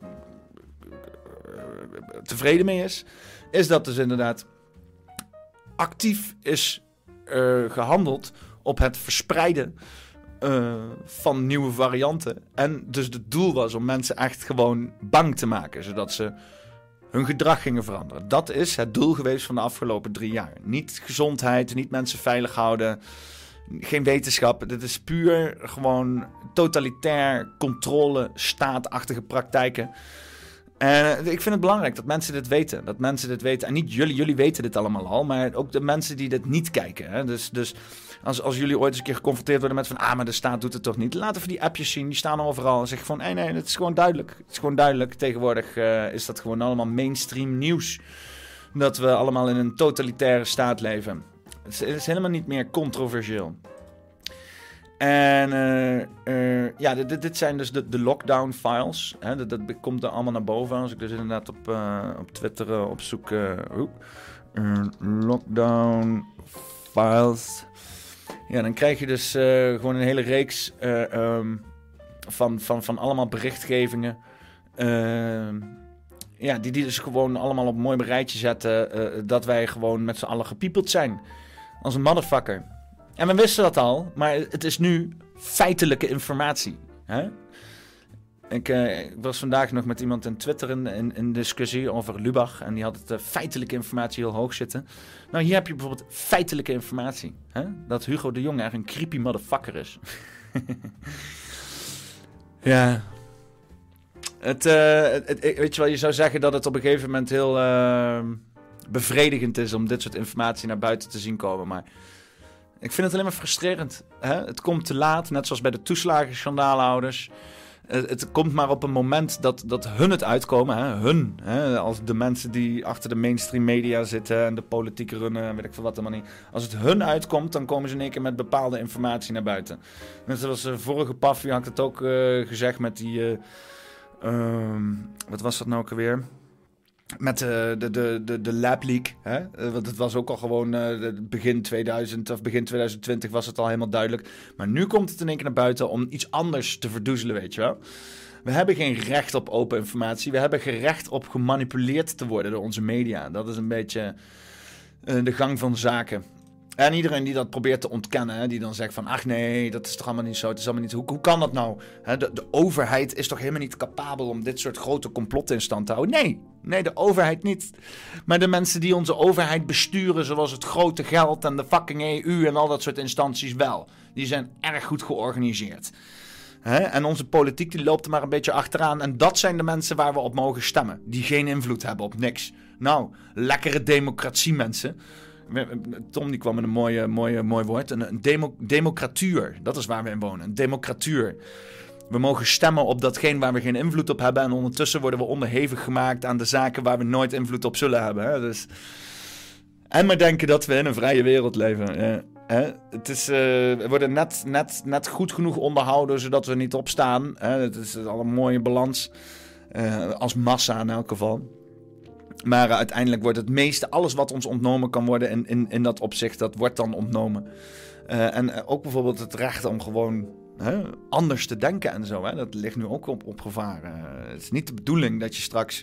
tevreden mee is dat dus inderdaad actief is gehandeld op het verspreiden van nieuwe varianten. En dus het doel was om mensen echt gewoon bang te maken, zodat ze hun gedrag gingen veranderen. Dat is het doel geweest van de afgelopen 3 jaar. Niet gezondheid, niet mensen veilig houden, geen wetenschap. Dit is puur gewoon totalitair controle, staatachtige praktijken. En ik vind het belangrijk dat mensen dit weten. Dat mensen dit weten. En niet jullie weten dit allemaal al, maar ook de mensen die dit niet kijken. Hè? Dus als jullie ooit eens een keer geconfronteerd worden met van, maar de staat doet het toch niet. Laat even die appjes zien, die staan overal. En zeg van, nee, het is gewoon duidelijk. Het is gewoon duidelijk. Tegenwoordig is dat gewoon allemaal mainstream nieuws. Dat we allemaal in een totalitaire staat leven. Het is helemaal niet meer controversieel. En dit zijn dus de lockdown files. Hè? Dat komt er allemaal naar boven. Als ik dus inderdaad op Twitter opzoek. Lockdown files. Ja, dan krijg je dus gewoon een hele reeks van allemaal berichtgevingen. Die dus gewoon allemaal op een mooi rijtje zetten. Dat wij gewoon met z'n allen gepiepeld zijn. Als een motherfucker. En we wisten dat al, maar het is nu feitelijke informatie. Hè? Ik was vandaag nog met iemand in Twitter in discussie over Lubach. En die had het feitelijke informatie heel hoog zitten. Nou, hier heb je bijvoorbeeld feitelijke informatie. Hè? Dat Hugo de Jonge echt een creepy motherfucker is. Ja. Weet je wel, je zou zeggen dat het op een gegeven moment heel bevredigend is om dit soort informatie naar buiten te zien komen. Maar ik vind het alleen maar frustrerend. Hè? Het komt te laat, net zoals bij de toeslagenschandaalhouders. Het komt maar op een moment dat hun het uitkomen. Hè? Hun, hè? Als de mensen die achter de mainstream media zitten en de politiek runnen, weet ik veel wat helemaal niet. Als het hun uitkomt, dan komen ze in één keer met bepaalde informatie naar buiten. Net zoals vorige Paffy had het ook gezegd met die... wat was dat nou ook alweer? Met de lab leak. Hè? Want het was ook al gewoon begin 2000 of begin 2020 was het al helemaal duidelijk. Maar nu komt het in één keer naar buiten om iets anders te verdoezelen, weet je wel. We hebben geen recht op open informatie. We hebben geen recht op gemanipuleerd te worden door onze media. Dat is een beetje de gang van zaken. En iedereen die dat probeert te ontkennen, hè, die dan zegt van, ach nee, dat is toch allemaal niet zo. Het is allemaal niet. Hoe kan dat nou? Hè, de overheid is toch helemaal niet capabel om dit soort grote complotten in stand te houden? Nee, de overheid niet. Maar de mensen die onze overheid besturen, zoals het grote geld en de fucking EU en al dat soort instanties wel. Die zijn erg goed georganiseerd. Hè? En onze politiek die loopt er maar een beetje achteraan. En dat zijn de mensen waar we op mogen stemmen. Die geen invloed hebben op niks. Nou, lekkere democratie, mensen. Tom die kwam met een mooi woord. Een democratuur. Dat is waar we in wonen. Een democratuur. We mogen stemmen op datgene waar we geen invloed op hebben. En ondertussen worden we onderhevig gemaakt aan de zaken waar we nooit invloed op zullen hebben. Hè? Dus... En maar denken dat we in een vrije wereld leven. Hè? Het is, we worden net goed genoeg onderhouden zodat we niet opstaan. Hè? Het is al een mooie balans. Als massa in elk geval. Maar uiteindelijk wordt het meeste, alles wat ons ontnomen kan worden in dat opzicht, dat wordt dan ontnomen. En ook bijvoorbeeld het recht om gewoon anders te denken en zo. Hè? Dat ligt nu ook op gevaar. Het is niet de bedoeling dat je straks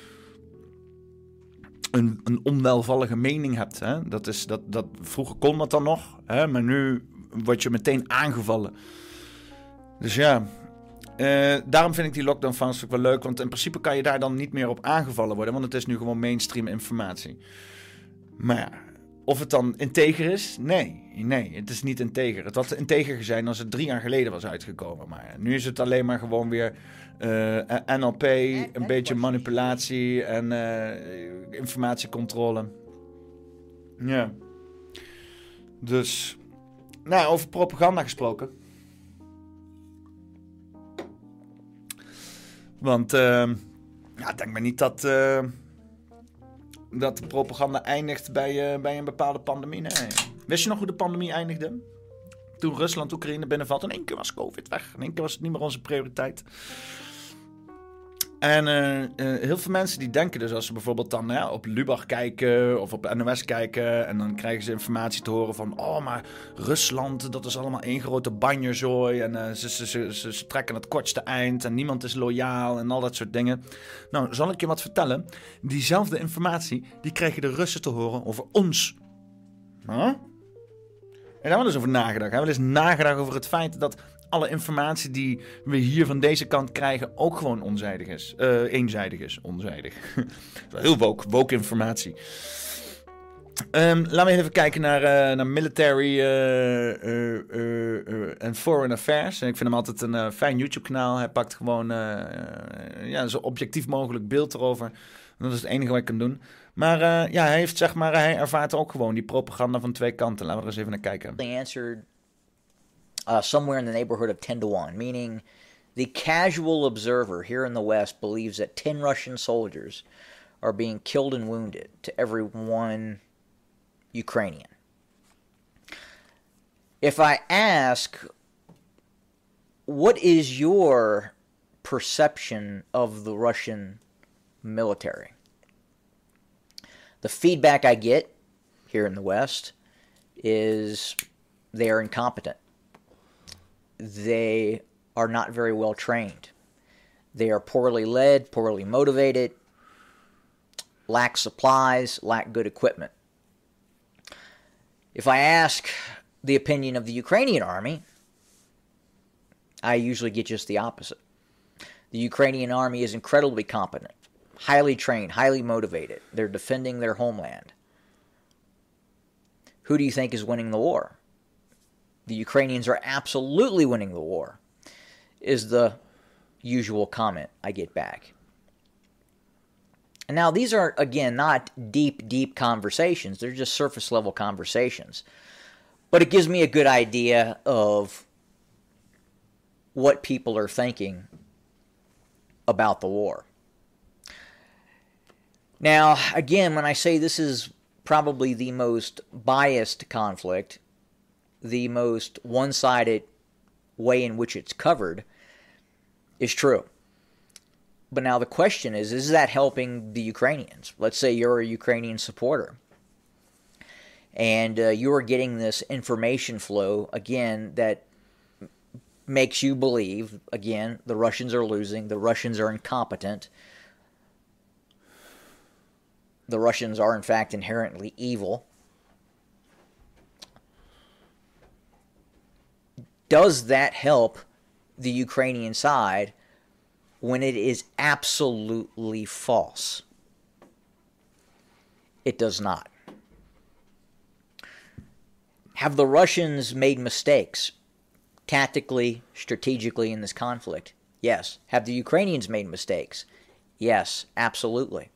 een onwelvallige mening hebt. Hè? Vroeger kon dat dan nog, hè? Maar nu word je meteen aangevallen. Dus ja... daarom vind ik die lockdown files ook wel leuk. Want in principe kan je daar dan niet meer op aangevallen worden. Want het is nu gewoon mainstream informatie. Maar ja, of het dan integer is? Nee, het is niet integer. Het had integer zijn als het 3 jaar geleden was uitgekomen. Maar nu is het alleen maar gewoon weer NLP, een beetje manipulatie en informatiecontrole. Ja. Dus, nou, over propaganda gesproken. Want denk maar niet dat de propaganda eindigt bij een bepaalde pandemie. Nee. Wist je nog hoe de pandemie eindigde? Toen Rusland Oekraïne binnenvalt. In één keer was COVID weg. In één keer was het niet meer onze prioriteit. En heel veel mensen die denken dus als ze bijvoorbeeld dan op Lubach kijken of op NOS kijken en dan krijgen ze informatie te horen van maar Rusland, dat is allemaal één grote banjerzooi en ze trekken het kortste eind en niemand is loyaal en al dat soort dingen. Nou, zal ik je wat vertellen? Diezelfde informatie, die krijgen de Russen te horen over ons. Huh? daar hebben we dus over nagedacht. We hebben dus nagedacht over het feit dat alle informatie die we hier van deze kant krijgen ook gewoon onzijdig is. Eenzijdig is. Onzijdig. Heel woke informatie. Laten we even kijken naar military en foreign affairs. Ik vind hem altijd een fijn YouTube-kanaal. Hij pakt gewoon zo objectief mogelijk beeld erover. Dat is het enige wat ik kan doen. Maar hij ervaart ook gewoon die propaganda van twee kanten. Laten we er eens even naar kijken. They answered somewhere in the neighborhood of 10-1, meaning the casual observer here in the West believes that 10 Russian soldiers are being killed and wounded to every one Ukrainian. If I ask, what is your perception of the Russian military? The feedback I get here in the West is they are incompetent. They are not very well trained. They are poorly led, poorly motivated, lack supplies, lack good equipment. If I ask the opinion of the Ukrainian army, I usually get just the opposite. The Ukrainian army is incredibly competent, highly trained, highly motivated. They're defending their homeland. Who do you think is winning the war? The Ukrainians are absolutely winning the war, is the usual comment I get back. And now these are, again, not deep conversations. They're just surface level conversations. But it gives me a good idea of what people are thinking about the war. Now, again, when I say this is probably the most biased conflict, the most one-sided way in which it's covered, is true. But now the question is that helping the Ukrainians? Let's say you're a Ukrainian supporter, and you are getting this information flow, again, that makes you believe, again, the Russians are losing, the Russians are incompetent, the Russians are, in fact, inherently evil. Does that help the Ukrainian side when it is absolutely false? It does not. Have the Russians made mistakes tactically, strategically in this conflict? Yes. Have the Ukrainians made mistakes? Yes, absolutely.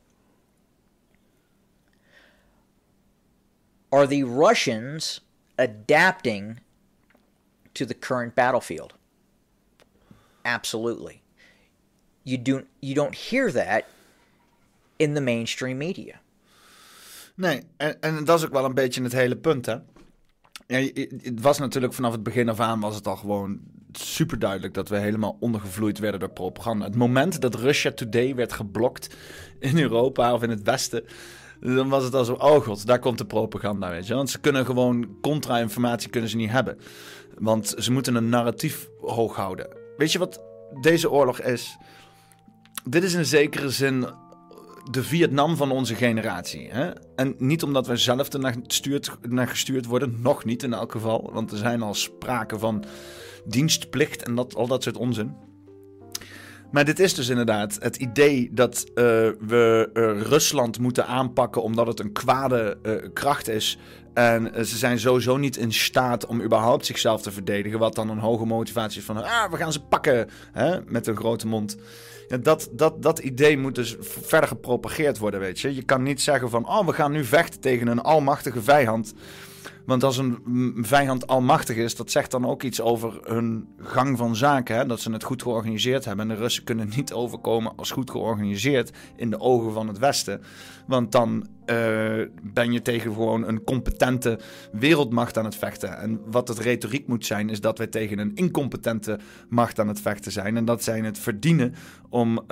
Are the Russians adapting to the current battlefield? Absolutely. You don't hear that in the mainstream media. Nee, en dat is ook wel een beetje het hele punt, hè. Ja, het was natuurlijk vanaf het begin af aan was het al gewoon super duidelijk dat we helemaal ondergevloeid werden door propaganda. Het moment dat Russia Today werd geblokt in Europa of in het Westen, dan was het al zo, oh god, daar komt de propaganda, weet je. Want ze kunnen gewoon contra-informatie kunnen ze niet hebben. Want ze moeten een narratief hoog houden. Weet je wat deze oorlog is? Dit is in zekere zin de Vietnam van onze generatie. Hè? En niet omdat wij zelf naar gestuurd worden, nog niet in elk geval. Want er zijn al sprake van dienstplicht en al dat soort onzin. Maar dit is dus inderdaad het idee dat we Rusland moeten aanpakken omdat het een kwade kracht is. En ze zijn sowieso niet in staat om überhaupt zichzelf te verdedigen. Wat dan een hoge motivatie is van, we gaan ze pakken, hè, met een grote mond. Ja, dat idee moet dus verder gepropageerd worden, weet je. Je kan niet zeggen van, we gaan nu vechten tegen een almachtige vijand. Want als een vijand almachtig is, dat zegt dan ook iets over hun gang van zaken. Hè? Dat ze het goed georganiseerd hebben. En de Russen kunnen niet overkomen als goed georganiseerd in de ogen van het Westen. Want dan ben je tegen gewoon een competente wereldmacht aan het vechten. En wat het retoriek moet zijn, is dat wij tegen een incompetente macht aan het vechten zijn. En dat zij het verdienen om,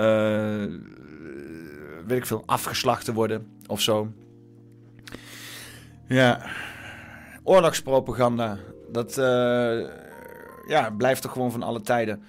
afgeslacht te worden of zo. Ja... Oorlogspropaganda, dat blijft er gewoon van alle tijden.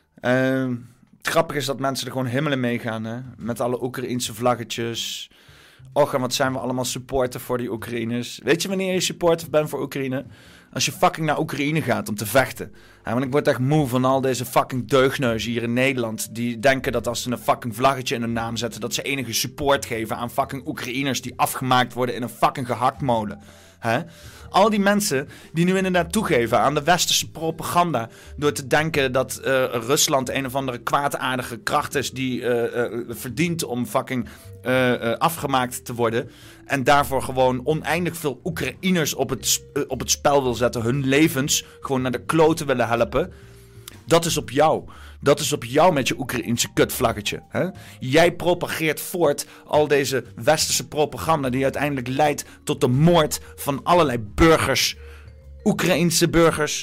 Het grappige is dat mensen er gewoon helemaal in meegaan, hè? Met alle Oekraïense vlaggetjes. Och, en wat zijn we allemaal supporter voor die Oekraïners. Weet je wanneer je supporter bent voor Oekraïne? Als je fucking naar Oekraïne gaat om te vechten. Ja, want ik word echt moe van al deze fucking deugneuzen hier in Nederland. Die denken dat als ze een fucking vlaggetje in hun naam zetten, dat ze enige support geven aan fucking Oekraïners die afgemaakt worden in een fucking gehaktmolen. Hè? Al die mensen die nu inderdaad toegeven aan de westerse propaganda door te denken dat Rusland een of andere kwaadaardige kracht is die verdient om fucking afgemaakt te worden en daarvoor gewoon oneindig veel Oekraïners op het spel wil zetten, hun levens gewoon naar de kloten willen helpen. Dat is op jou. Dat is op jou met je Oekraïense kutvlaggetje. Hè? Jij propageert voort al deze westerse propaganda die uiteindelijk leidt tot de moord van allerlei burgers. Oekraïense burgers.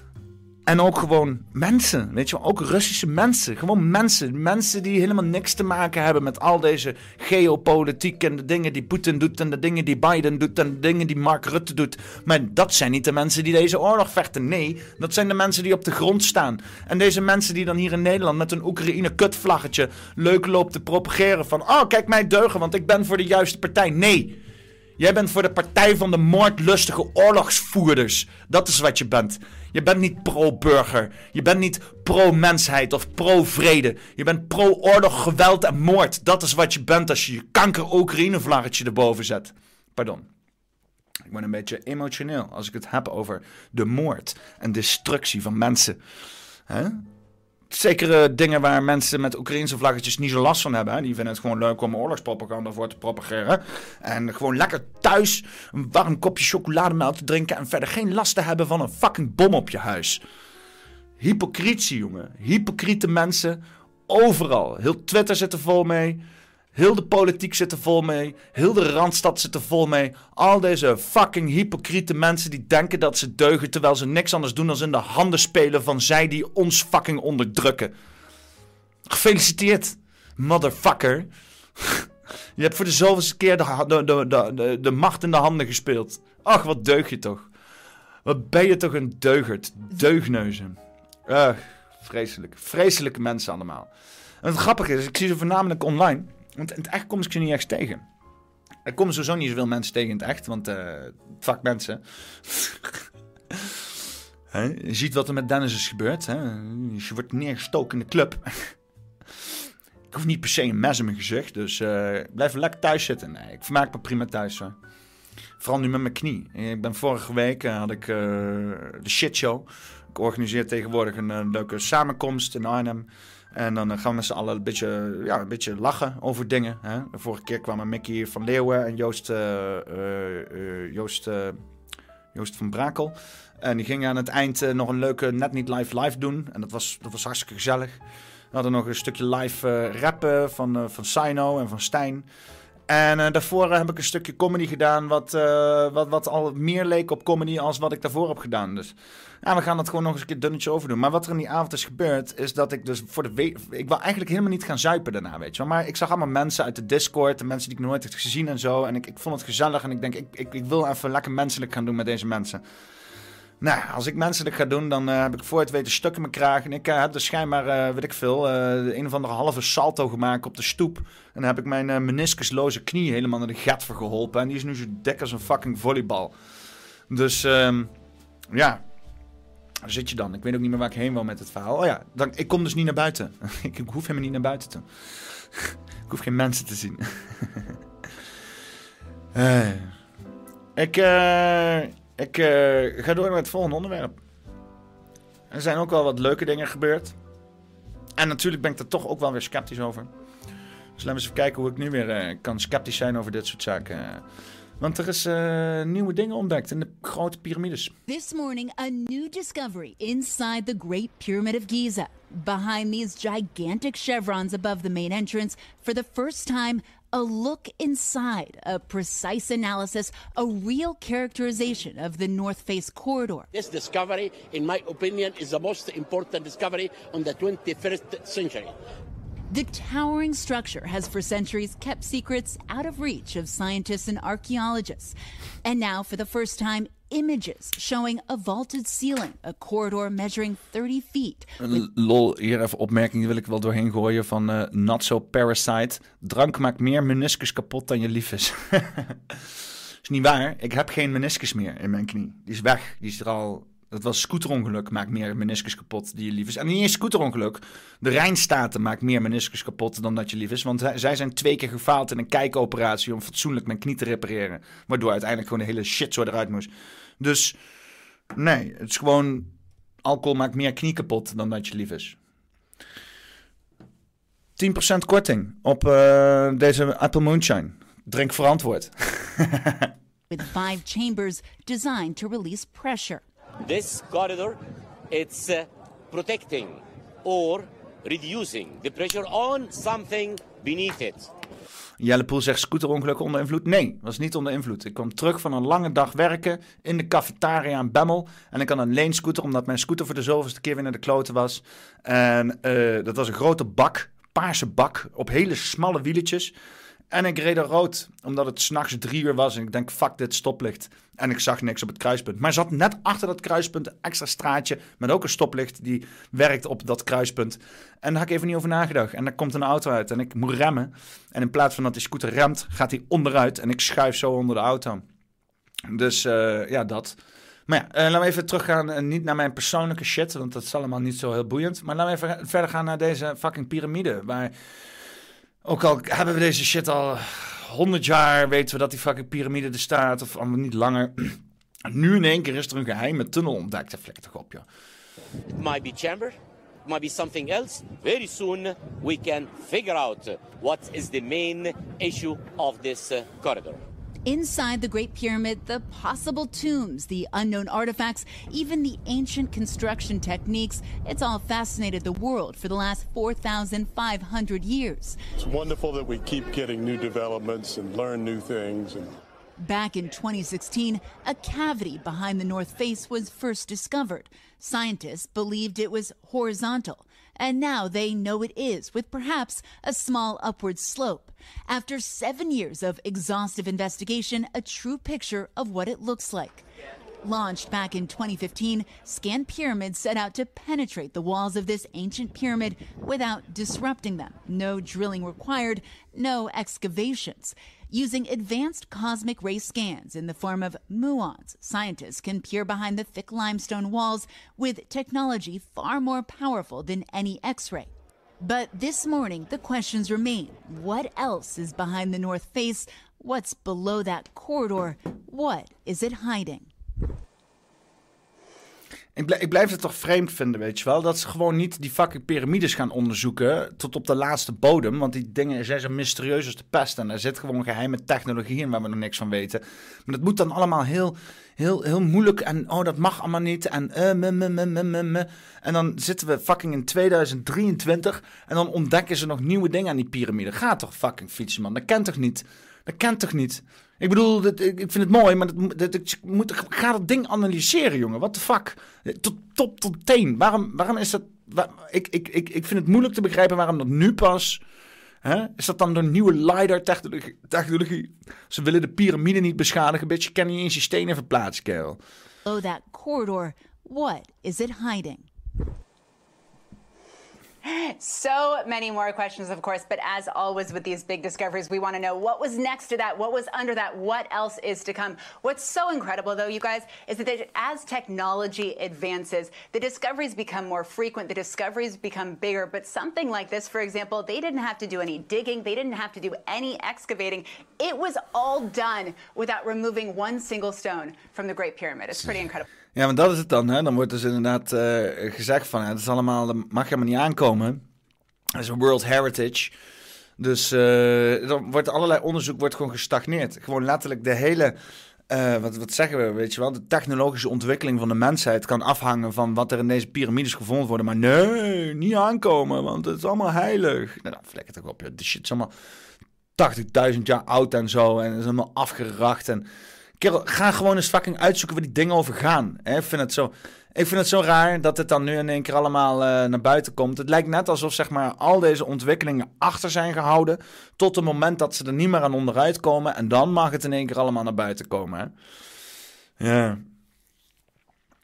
En ook gewoon mensen, weet je wel, ook Russische mensen. Gewoon mensen. Mensen die helemaal niks te maken hebben met al deze geopolitiek en de dingen die Poetin doet en de dingen die Biden doet en de dingen die Mark Rutte doet. Maar dat zijn niet de mensen die deze oorlog vechten. Nee, dat zijn de mensen die op de grond staan. En deze mensen die dan hier in Nederland met een Oekraïne-kutvlaggetje leuk loopt te propageren van, oh, kijk mij deugen, want ik ben voor de juiste partij. Nee. Jij bent voor de partij van de moordlustige oorlogsvoerders. Dat is wat je bent. Je bent niet pro-burger. Je bent niet pro-mensheid of pro-vrede. Je bent pro-oorlog, geweld en moord. Dat is wat je bent als je je kanker-Oekraïne-vlaggetje erboven zet. Pardon. Ik word een beetje emotioneel als ik het heb over de moord en destructie van mensen. Hè? Zekere dingen waar mensen met Oekraïnse vlaggetjes niet zo last van hebben. Hè? Die vinden het gewoon leuk om oorlogspropaganda voor te propageren. En gewoon lekker thuis een warm kopje chocolademelk te drinken en verder geen last te hebben van een fucking bom op je huis. Hypocrisie, jongen. Hypocriete mensen. Overal. Heel Twitter zit er vol mee. Heel de politiek zit er vol mee. Heel de Randstad zit er vol mee. Al deze fucking hypocriete mensen die denken dat ze deugen, terwijl ze niks anders doen dan in de handen spelen van zij die ons fucking onderdrukken. Gefeliciteerd, motherfucker. Je hebt voor de zoveelste keer de macht in de handen gespeeld. Ach, wat deug je toch. Wat ben je toch een deugerd. Deugneuzen. Vreselijk. Vreselijke mensen allemaal. En het grappige is, ik zie ze voornamelijk online. Want in het echt kom ik ze niet echt tegen. Er komen sowieso niet zoveel mensen tegen in het echt. Want fuck mensen. Je ziet wat er met Dennis is gebeurd. Hè? Je wordt neergestoken in de club. Ik hoef niet per se een mes in mijn gezicht. Dus blijf lekker thuis zitten. Nee, ik vermaak me prima thuis. Hoor. Vooral nu met mijn knie. Ik ben vorige week had ik de shitshow. Ik organiseer tegenwoordig een leuke samenkomst in Arnhem. En dan gaan we met z'n allen een beetje lachen over dingen. Hè? De vorige keer kwamen Mickey van Leeuwen en Joost van Brakel. En die gingen aan het eind nog een leuke Net Niet Live doen. En dat was hartstikke gezellig. We hadden nog een stukje live rappen van Sino en van Stijn. En daarvoor heb ik een stukje comedy gedaan wat al meer leek op comedy als wat ik daarvoor heb gedaan. Dus ja, we gaan dat gewoon nog eens een keer dunnetje over doen. Maar wat er in die avond is gebeurd, is dat ik dus ik wil eigenlijk helemaal niet gaan zuipen daarna, weet je wel. Maar ik zag allemaal mensen uit de Discord, de mensen die ik nooit heb gezien en zo. En ik vond het gezellig en ik denk, ik wil even lekker menselijk gaan doen met deze mensen. Nou, als ik menselijk ga doen, dan heb ik voor het weten stuk in mijn kraag. En ik heb dus schijnbaar, weet ik veel, een of andere halve salto gemaakt op de stoep. En dan heb ik mijn meniscusloze knie helemaal naar de gat voor geholpen. En die is nu zo dik als een fucking volleybal. Dus, ja, daar zit je dan. Ik weet ook niet meer waar ik heen wil met het verhaal. Oh ja, ik kom dus niet naar buiten. Ik hoef helemaal niet naar buiten te. Ik hoef geen mensen te zien. Ik ga door met het volgende onderwerp. Er zijn ook wel wat leuke dingen gebeurd. En natuurlijk ben ik er toch ook wel weer sceptisch over. Dus laten we eens even kijken hoe ik nu weer kan sceptisch zijn over dit soort zaken. Want er is nieuwe dingen ontdekt in de grote piramides. This morning, a new discovery inside the Great Pyramid of Giza. Behind these gigantic chevrons above the main entrance, for the first time, a look inside, a precise analysis, a real characterization of the North Face corridor. This discovery, in my opinion, is the most important discovery on the 21st century. The towering structure has for centuries kept secrets out of reach of scientists and archaeologists. And now, for the first time, images showing a vaulted ceiling, a corridor measuring 30 feet. Lol, hier even opmerking, die wil ik wel doorheen gooien van Not So Parasite. Drank maakt meer meniscus kapot dan je lief is. Is niet waar, ik heb geen meniscus meer in mijn knie. Die is weg, die is er al... Dat was scooterongeluk, maakt meer meniscus kapot die je lief is. En niet eens scooterongeluk. De Rijnstaten maakt meer meniscus kapot dan dat je lief is. Want zij zijn 2 keer gefaald in een kijkoperatie om fatsoenlijk mijn knie te repareren. Waardoor uiteindelijk gewoon de hele shit zo eruit moest. Dus nee, het is gewoon... Alcohol maakt meer knie kapot dan dat je lief is. 10% korting op deze Apple Moonshine. Drink verantwoord. With 5 chambers designed to release pressure. This corridor, it's protecting or reducing the pressure on something beneath it. Jelle Poel zegt scooterongeluk onder invloed. Nee, was niet onder invloed. Ik kwam terug van een lange dag werken in de cafetaria in Bemmel. En ik had een leenscooter, omdat mijn scooter voor de zoveelste keer weer naar de kloten was. En dat was een grote bak, paarse bak, op hele smalle wieletjes. En ik reed er rood, omdat het 's nachts 3 uur was. En ik denk, fuck dit stoplicht. En ik zag niks op het kruispunt. Maar er zat net achter dat kruispunt een extra straatje met ook een stoplicht die werkt op dat kruispunt. En daar had ik even niet over nagedacht. En daar komt een auto uit en ik moet remmen. En in plaats van dat die scooter remt, gaat hij onderuit. En ik schuif zo onder de auto. Dus ja, dat. Maar ja, laten we even teruggaan. Niet naar mijn persoonlijke shit, want dat is allemaal niet zo heel boeiend. Maar laten we even verder gaan naar deze fucking piramide. Waar... Ook al hebben we deze shit al 100 jaar, weten we dat die fucking piramide er staat, of allemaal niet langer. Nu in één keer is er een geheime tunnel ontdekt. Dat flikt toch op, joh. It might be chamber, it might be something else. Very soon we can figure out what is the main issue of this corridor. Inside the Great Pyramid, the possible tombs, the unknown artifacts, even the ancient construction techniques. It's all fascinated the world for the last 4,500 years. It's wonderful that we keep getting new developments and learn new things. Back in 2016, a cavity behind the north face was first discovered. Scientists believed it was horizontal, and now they know it is, with perhaps a small upward slope. After 7 years of exhaustive investigation, a true picture of what it looks like. Launched back in 2015, Scan Pyramid set out to penetrate the walls of this ancient pyramid without disrupting them. No drilling required, no excavations. Using advanced cosmic ray scans in the form of muons, scientists can peer behind the thick limestone walls with technology far more powerful than any X-ray. But this morning, the questions remain. What else is behind the north face? What's below that corridor? What is it hiding? Ik blijf het toch vreemd vinden, weet je wel. Dat ze gewoon niet die fucking piramides gaan onderzoeken tot op de laatste bodem. Want die dingen zijn zo mysterieus als de pest. En daar zit gewoon geheime technologie in waar we nog niks van weten. Maar dat moet dan allemaal heel moeilijk. En dat mag allemaal niet. En En dan zitten we fucking in 2023. En dan ontdekken ze nog nieuwe dingen aan die piramide. Ga toch fucking fietsen, man. Dat kent toch niet? Ik bedoel, ik vind het mooi, maar ga dat ding analyseren, jongen. What the fuck? Tot top tot teen. Waarom is dat... Ik vind het moeilijk te begrijpen waarom dat nu pas... Hè? Is dat dan door nieuwe LiDAR-technologie? Ze willen de piramide niet beschadigen. Bitch, kan niet eens je stenen verplaatsen, kerel. Oh, that corridor. What is it hiding? So many more questions, of course, but as always with these big discoveries, we want to know what was next to that, what was under that, what else is to come. What's so incredible, though, you guys, is that as technology advances, the discoveries become more frequent, the discoveries become bigger, but something like this, for example, they didn't have to do any digging, they didn't have to do any excavating. It was all done without removing one single stone from the Great Pyramid. It's pretty incredible. Ja, maar dat is het dan. Hè? Dan wordt dus inderdaad gezegd van... Het is allemaal, dat mag helemaal niet aankomen. Dat is een World Heritage. Dus dan wordt allerlei onderzoek gewoon gestagneerd. Gewoon letterlijk de hele... wat zeggen we, weet je wel? De technologische ontwikkeling van de mensheid kan afhangen van wat er in deze piramides gevonden worden. Maar nee, niet aankomen, want het is allemaal heilig. Nou, dan vlek het toch op. De shit is allemaal 80.000 jaar oud en zo. En het is allemaal afgeracht en... Kerel, ga gewoon eens fucking uitzoeken waar die dingen over gaan. Ik vind het zo raar dat het dan nu in één keer allemaal naar buiten komt. Het lijkt net alsof zeg maar, al deze ontwikkelingen achter zijn gehouden... tot het moment dat ze er niet meer aan onderuit komen... en dan mag het in één keer allemaal naar buiten komen. Hè? Ja,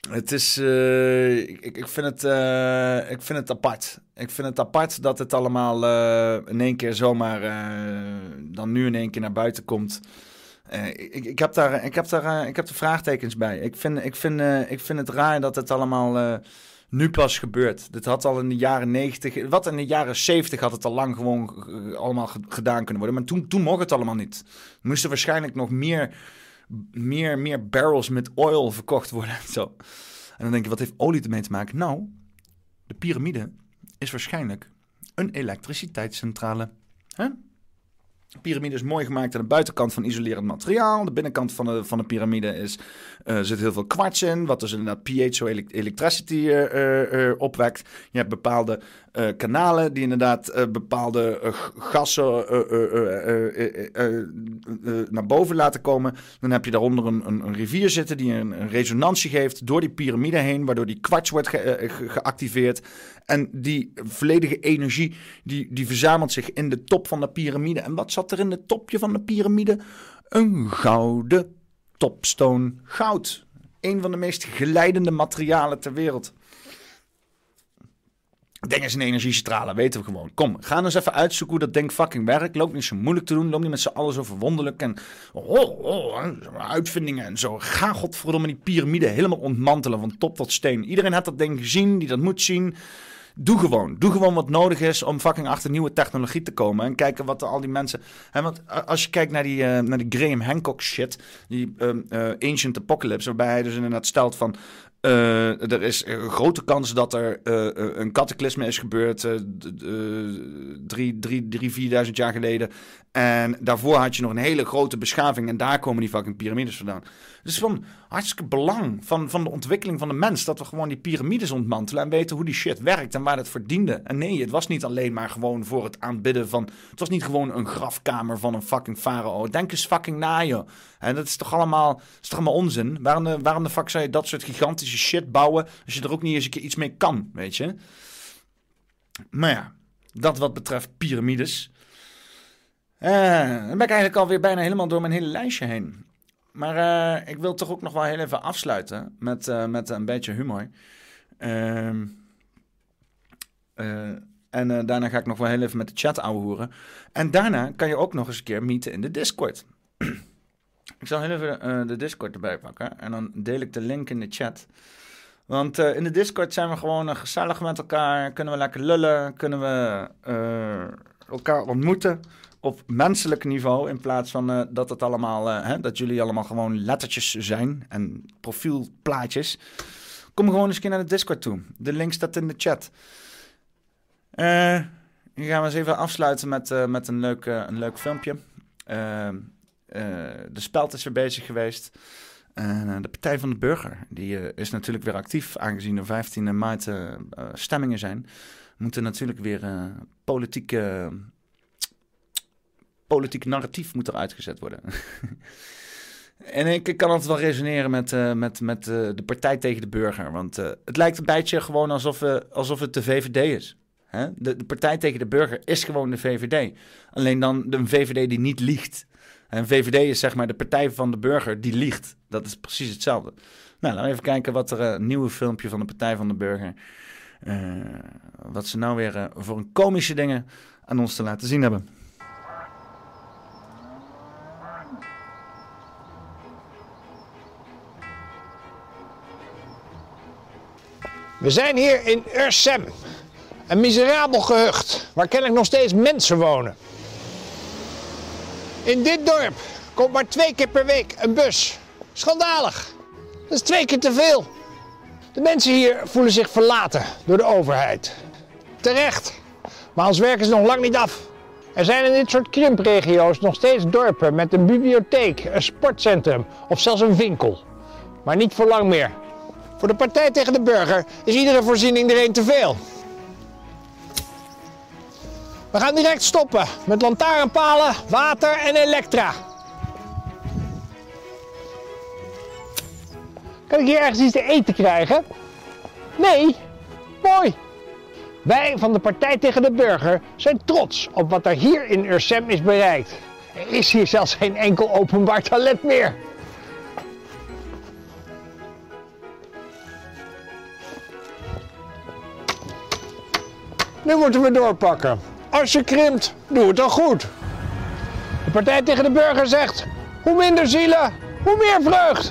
Het is, ik vind het apart. Ik vind het apart dat het allemaal in één keer zomaar dan nu in één keer naar buiten komt. Ik heb er vraagtekens bij. Ik vind het raar dat het allemaal nu pas gebeurt. Dit had al in de jaren 90, wat in de jaren 70 had het al lang gewoon allemaal gedaan kunnen worden. Maar toen mocht het allemaal niet. Er moesten waarschijnlijk nog meer barrels met oil verkocht worden. Zo. En dan denk je, wat heeft olie ermee te maken? Nou, de piramide is waarschijnlijk een elektriciteitscentrale. Huh? De piramide is mooi gemaakt aan de buitenkant van isolerend materiaal. De binnenkant van de piramide zit heel veel kwarts in, wat dus inderdaad piezo-electricity opwekt. Je hebt bepaalde kanalen die inderdaad bepaalde gassen naar boven laten komen. Dan heb je daaronder een rivier zitten die een resonantie geeft door die piramide heen, waardoor die kwarts wordt geactiveerd. En die volledige energie die verzamelt zich in de top van de piramide. En wat zat er in het topje van de piramide? Een gouden topstone goud. Een van de meest geleidende materialen ter wereld. Ding is een energiecentrale, weten we gewoon. Kom, ga eens even uitzoeken hoe dat ding fucking werkt. Loop niet zo moeilijk te doen. Loop niet met z'n allen zo verwonderlijk. En uitvindingen en zo. Ga godverdomme die piramide helemaal ontmantelen van top tot steen. Iedereen had dat ding gezien, die dat moet zien. Doe gewoon wat nodig is om fucking achter nieuwe technologie te komen. En kijken wat al die mensen... want als je kijkt naar die Graham Hancock shit, die Ancient Apocalypse, waarbij hij dus inderdaad stelt van... er is een grote kans dat er een cataclysme is gebeurd 4.000 jaar geleden. En daarvoor had je nog een hele grote beschaving en daar komen die fucking piramides vandaan. Dus van hartstikke belang van de ontwikkeling van de mens dat we gewoon die piramides ontmantelen en weten hoe die shit werkt en waar het voor diende. En nee, het was niet alleen maar gewoon voor het aanbidden van... Het was niet gewoon een grafkamer van een fucking farao. Denk eens fucking na, joh. En dat is toch allemaal onzin? Waarom de fuck zou je dat soort gigantische shit bouwen als je er ook niet eens een keer iets mee kan, weet je? Maar ja, dat wat betreft piramides. Dan ben ik eigenlijk alweer bijna helemaal door mijn hele lijstje heen. Maar ik wil toch ook nog wel heel even afsluiten met een beetje humor. En daarna ga ik nog wel heel even met de chat ouwehoeren. En daarna kan je ook nog eens een keer meeten in de Discord. Ik zal heel even de Discord erbij pakken. En dan deel ik de link in de chat. Want in de Discord zijn we gewoon gezellig met elkaar. Kunnen we lekker lullen. Kunnen we elkaar ontmoeten. Op menselijk niveau. In plaats van dat het allemaal... dat jullie allemaal gewoon lettertjes zijn. En profielplaatjes. Kom gewoon eens een keer naar de Discord toe. De link staat in de chat. Nu gaan we eens even afsluiten met een leuk filmpje. De Speld is weer bezig geweest. De Partij van de Burger die is natuurlijk weer actief. Aangezien er 15 maart stemmingen zijn. Moet er natuurlijk weer politiek narratief moet er uitgezet worden. En ik kan altijd wel resoneren met de Partij tegen de Burger. Want het lijkt een beetje gewoon alsof het de VVD is. Hè? De Partij tegen de Burger is gewoon de VVD. Alleen dan de VVD die niet liegt. En VVD is zeg maar de Partij van de Burger die liegt. Dat is precies hetzelfde. Nou, laten we even kijken wat er een nieuwe filmpje van de Partij van de Burger... wat ze nou weer voor een komische dingen aan ons te laten zien hebben. We zijn hier in Ursem, een miserabel gehucht waar kennelijk nog steeds mensen wonen. In dit dorp komt maar 2 keer per week een bus. Schandalig. Dat is 2 keer te veel. De mensen hier voelen zich verlaten door de overheid. Terecht. Maar ons werk is nog lang niet af. Er zijn in dit soort krimpregio's nog steeds dorpen met een bibliotheek, een sportcentrum of zelfs een winkel. Maar niet voor lang meer. Voor de Partij tegen de Burger is iedere voorziening er een te veel. We gaan direct stoppen met lantaarnpalen, water en elektra. Kan ik hier ergens iets te eten krijgen? Nee? Mooi. Wij van de Partij tegen de Burger zijn trots op wat er hier in Ursem is bereikt. Er is hier zelfs geen enkel openbaar toilet meer. Nu moeten we doorpakken. Als je krimpt, doe het dan goed. De Partij tegen de Burger zegt, hoe minder zielen, hoe meer vreugd.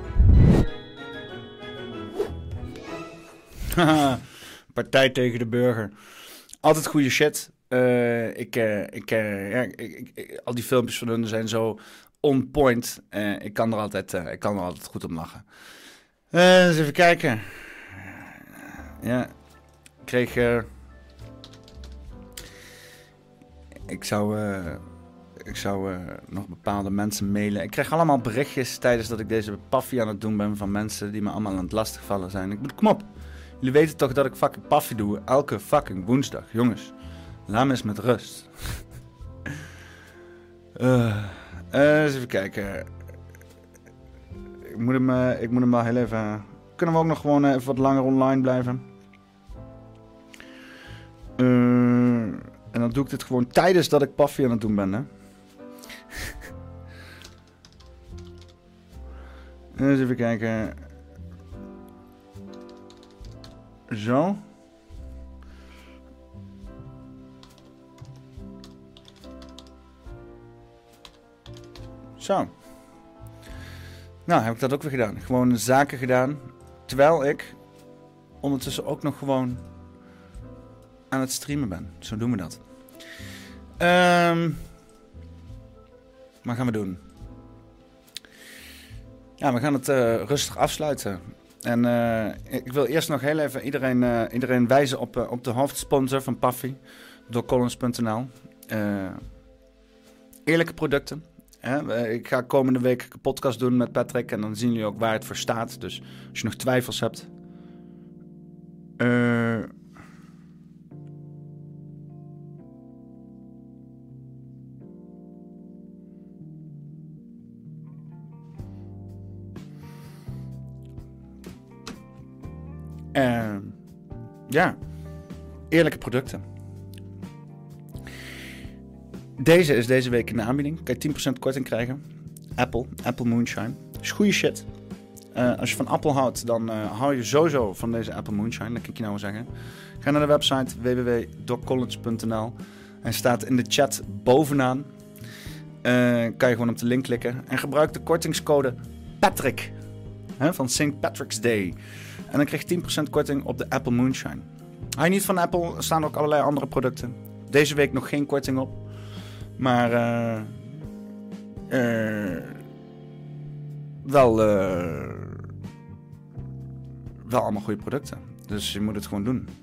Partij tegen de Burger. Altijd goede shit. Al die filmpjes van hun zijn zo on point. Ik kan er altijd goed om lachen. Eens even kijken. Ja, ik kreeg... Ik zou nog bepaalde mensen mailen. Ik krijg allemaal berichtjes tijdens dat ik deze paffie aan het doen ben van mensen die me allemaal aan het lastigvallen zijn. Ik bedoel, kom op. Jullie weten toch dat ik fucking paffie doe elke fucking woensdag. Jongens, laat me eens met rust. Eens even kijken. Ik moet hem wel heel even... Kunnen we ook nog gewoon even wat langer online blijven? En dan doe ik dit gewoon tijdens dat ik paffie aan het doen ben, hè. Eens even kijken. Zo. Zo. Nou, heb ik dat ook weer gedaan. Gewoon zaken gedaan. Terwijl ik ondertussen ook nog gewoon aan het streamen ben. Zo doen we dat. Wat gaan we doen? Ja, we gaan het rustig afsluiten. En ik wil eerst nog heel even iedereen wijzen op de hoofdsponsor van Paffy. DocCollins.nl. Eerlijke producten. Ik ga komende week een podcast doen met Patrick. En dan zien jullie ook waar het voor staat. Dus als je nog twijfels hebt... Ja, eerlijke producten. Deze is deze week in de aanbieding. Kan je 10% korting krijgen. Apple Moonshine. Is goede shit. Als je van Apple houdt, dan hou je sowieso van deze Apple Moonshine. Dat kan ik je nou zeggen. Ga naar de website www.doccollins.nl en staat in de chat bovenaan. Kan je gewoon op de link klikken. En gebruik de kortingscode Patrick. Van St. Patrick's Day. En dan krijg je 10% korting op de Apple Moonshine. Hou je niet van Apple, er staan ook allerlei andere producten. Deze week nog geen korting op. Maar wel allemaal goede producten. Dus je moet het gewoon doen.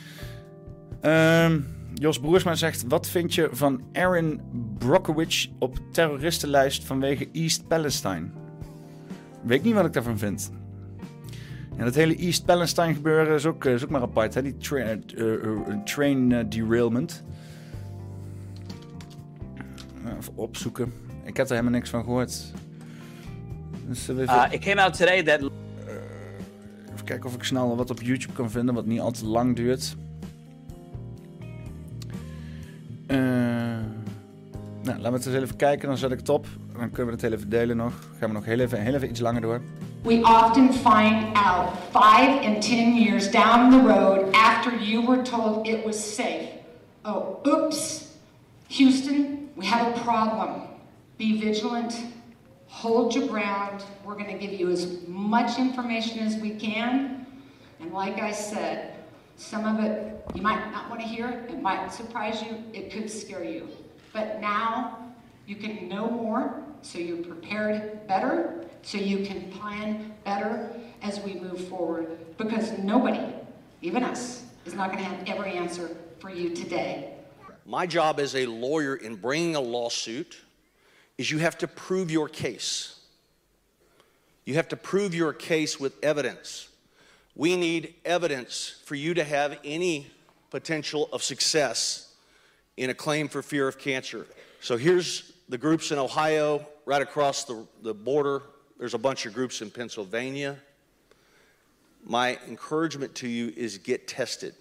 Jos Broersma zegt... Wat vind je van Aaron Brockovich op terroristenlijst vanwege East Palestine? Weet niet wat ik daarvan vind. Ja, dat hele East Palestine gebeuren is ook maar apart. Hè? Die train derailment. Even opzoeken. Ik heb er helemaal niks van gehoord. Dus it came out today that... Even kijken of ik snel wat op YouTube kan vinden, wat niet al te lang duurt. Nou, laten we het eens even kijken. Dan zet ik het op. Dan kunnen we het heel even delen nog. Gaan we nog heel even iets langer door. We often find out 5 and 10 years down the road after you were told it was safe. Oh, oops. Houston, we have a problem. Be vigilant. Hold your ground. We're going to give you as much information as we can. And like I said, some of it you might not want to hear. It might surprise you. It could scare you. But now you can know more, so you're prepared better, so you can plan better as we move forward. Because nobody, even us, is not going to have every answer for you today. My job as a lawyer in bringing a lawsuit is you have to prove your case. You have to prove your case with evidence. We need evidence for you to have any potential of success in a claim for fear of cancer. So here's the groups in Ohio, right across the border. There's a bunch of groups in Pennsylvania. My encouragement to you is get tested.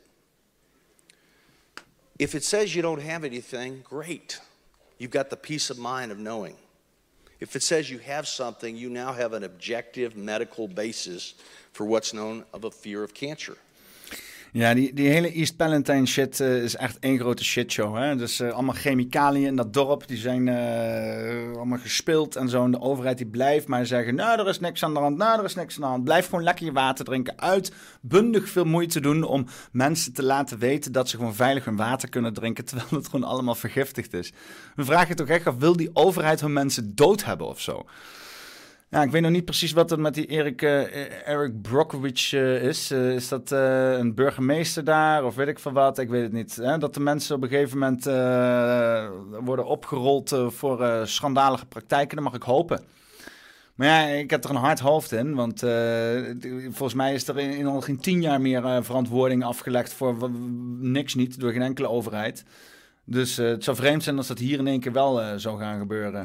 If it says you don't have anything, great. You've got the peace of mind of knowing. If it says you have something, you now have an objective medical basis for what's known of a fear of cancer. Ja, die hele East Palestine shit is echt één grote shitshow. Hè? Dus allemaal chemicaliën in dat dorp, die zijn allemaal gespeeld en zo. En de overheid die blijft maar zeggen, nou, er is niks aan de hand, Blijf gewoon lekker je water drinken. Uitbundig veel moeite doen om mensen te laten weten dat ze gewoon veilig hun water kunnen drinken, terwijl het gewoon allemaal vergiftigd is. We vragen je toch echt af, wil die overheid hun mensen dood hebben of zo? Ja, ik weet nog niet precies wat er met die Eric Brockovich is. Is dat een burgemeester daar of weet ik veel wat? Ik weet het niet. Hè? Dat de mensen op een gegeven moment worden opgerold voor schandalige praktijken, dat mag ik hopen. Maar ja, ik heb er een hard hoofd in, want volgens mij is er in al geen 10 jaar meer verantwoording afgelegd voor niks niet, door geen enkele overheid. Dus het zou vreemd zijn als dat hier in één keer wel zou gaan gebeuren.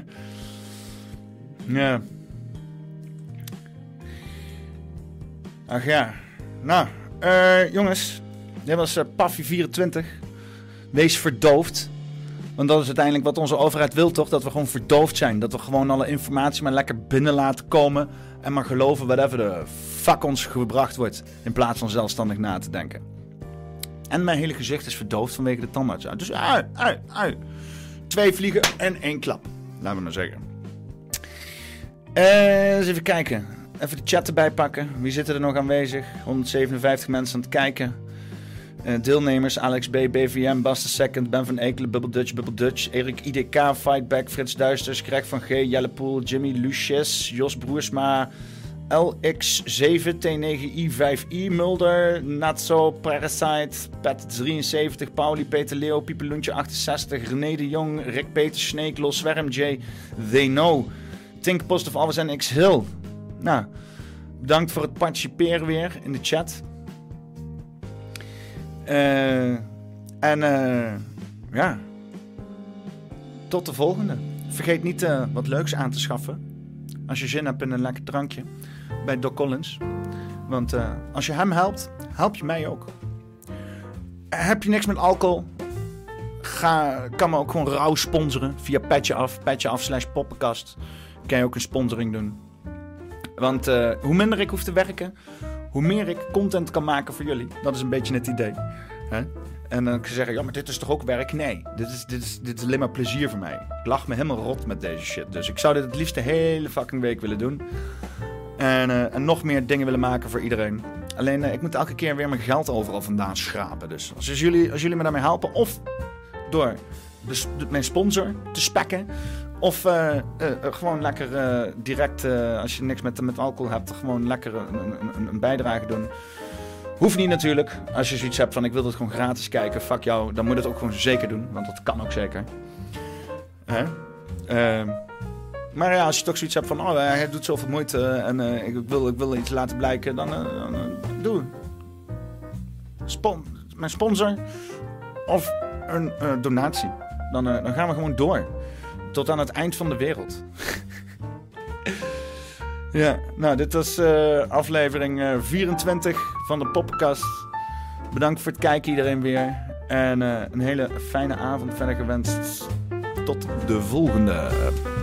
Ja. Ach ja. Nou, jongens. Dit was Paffy 24. Wees verdoofd. Want dat is uiteindelijk wat onze overheid wil, toch? Dat we gewoon verdoofd zijn. Dat we gewoon alle informatie maar lekker binnen laten komen. En maar geloven whatever de fuck ons gebracht wordt. In plaats van zelfstandig na te denken. En mijn hele gezicht is verdoofd vanwege de tandarts. Dus 2 vliegen en 1 klap. Laten we maar zeggen. Eens even kijken. Even de chat erbij pakken. Wie zitten er nog aanwezig? 157 mensen aan het kijken. Deelnemers: Alex B, BVM, Bas de Second, Ben van Ekelen, Bubble Dutch, Erik IDK, Fightback, Frits Duisters, Greg van G, Jelle Poel, Jimmy Luches, Jos Broersma, LX7, T9I5I, Mulder, Natso, Parasite, Pet73, Pauli, Peter Leo, Piepeloentje 68, René de Jong, Rick Peter, Snake, Los Zwerm J, They Know, Think Positive Alves en X Hill. Nou, bedankt voor het participeren weer in de chat. Ja, tot de volgende. Vergeet niet wat leuks aan te schaffen. Als je zin hebt in een lekker drankje bij Doc Collins. Want als je hem helpt, help je mij ook. Heb je niks met alcohol? Kan me ook gewoon rauw sponsoren via Petje.af/poppenkast. Kan je ook een sponsoring doen. Want hoe minder ik hoef te werken, hoe meer ik content kan maken voor jullie. Dat is een beetje het idee. Hè? En dan kan je zeggen, ja, maar dit is toch ook werk? Nee, dit is alleen maar plezier voor mij. Ik lach me helemaal rot met deze shit. Dus ik zou dit het liefst de hele fucking week willen doen. En nog meer dingen willen maken voor iedereen. Alleen, ik moet elke keer weer mijn geld overal vandaan schrapen. Dus als jullie me daarmee helpen, of door mijn sponsor te spekken, of gewoon lekker direct, als je niks met alcohol hebt, gewoon lekker een bijdrage doen. Hoeft niet natuurlijk. Als je zoiets hebt van ik wil het gewoon gratis kijken, fuck jou, dan moet je het ook gewoon zeker doen. Want dat kan ook zeker. Maar ja, als je toch zoiets hebt van hij doet zoveel moeite en ik wil iets laten blijken, dan doe mijn sponsor of een donatie. Dan gaan we gewoon door. Tot aan het eind van de wereld. Ja, nou, dit was aflevering 24 van de Poppenkast. Bedankt voor het kijken iedereen weer. En een hele fijne avond verder gewenst. Tot de volgende.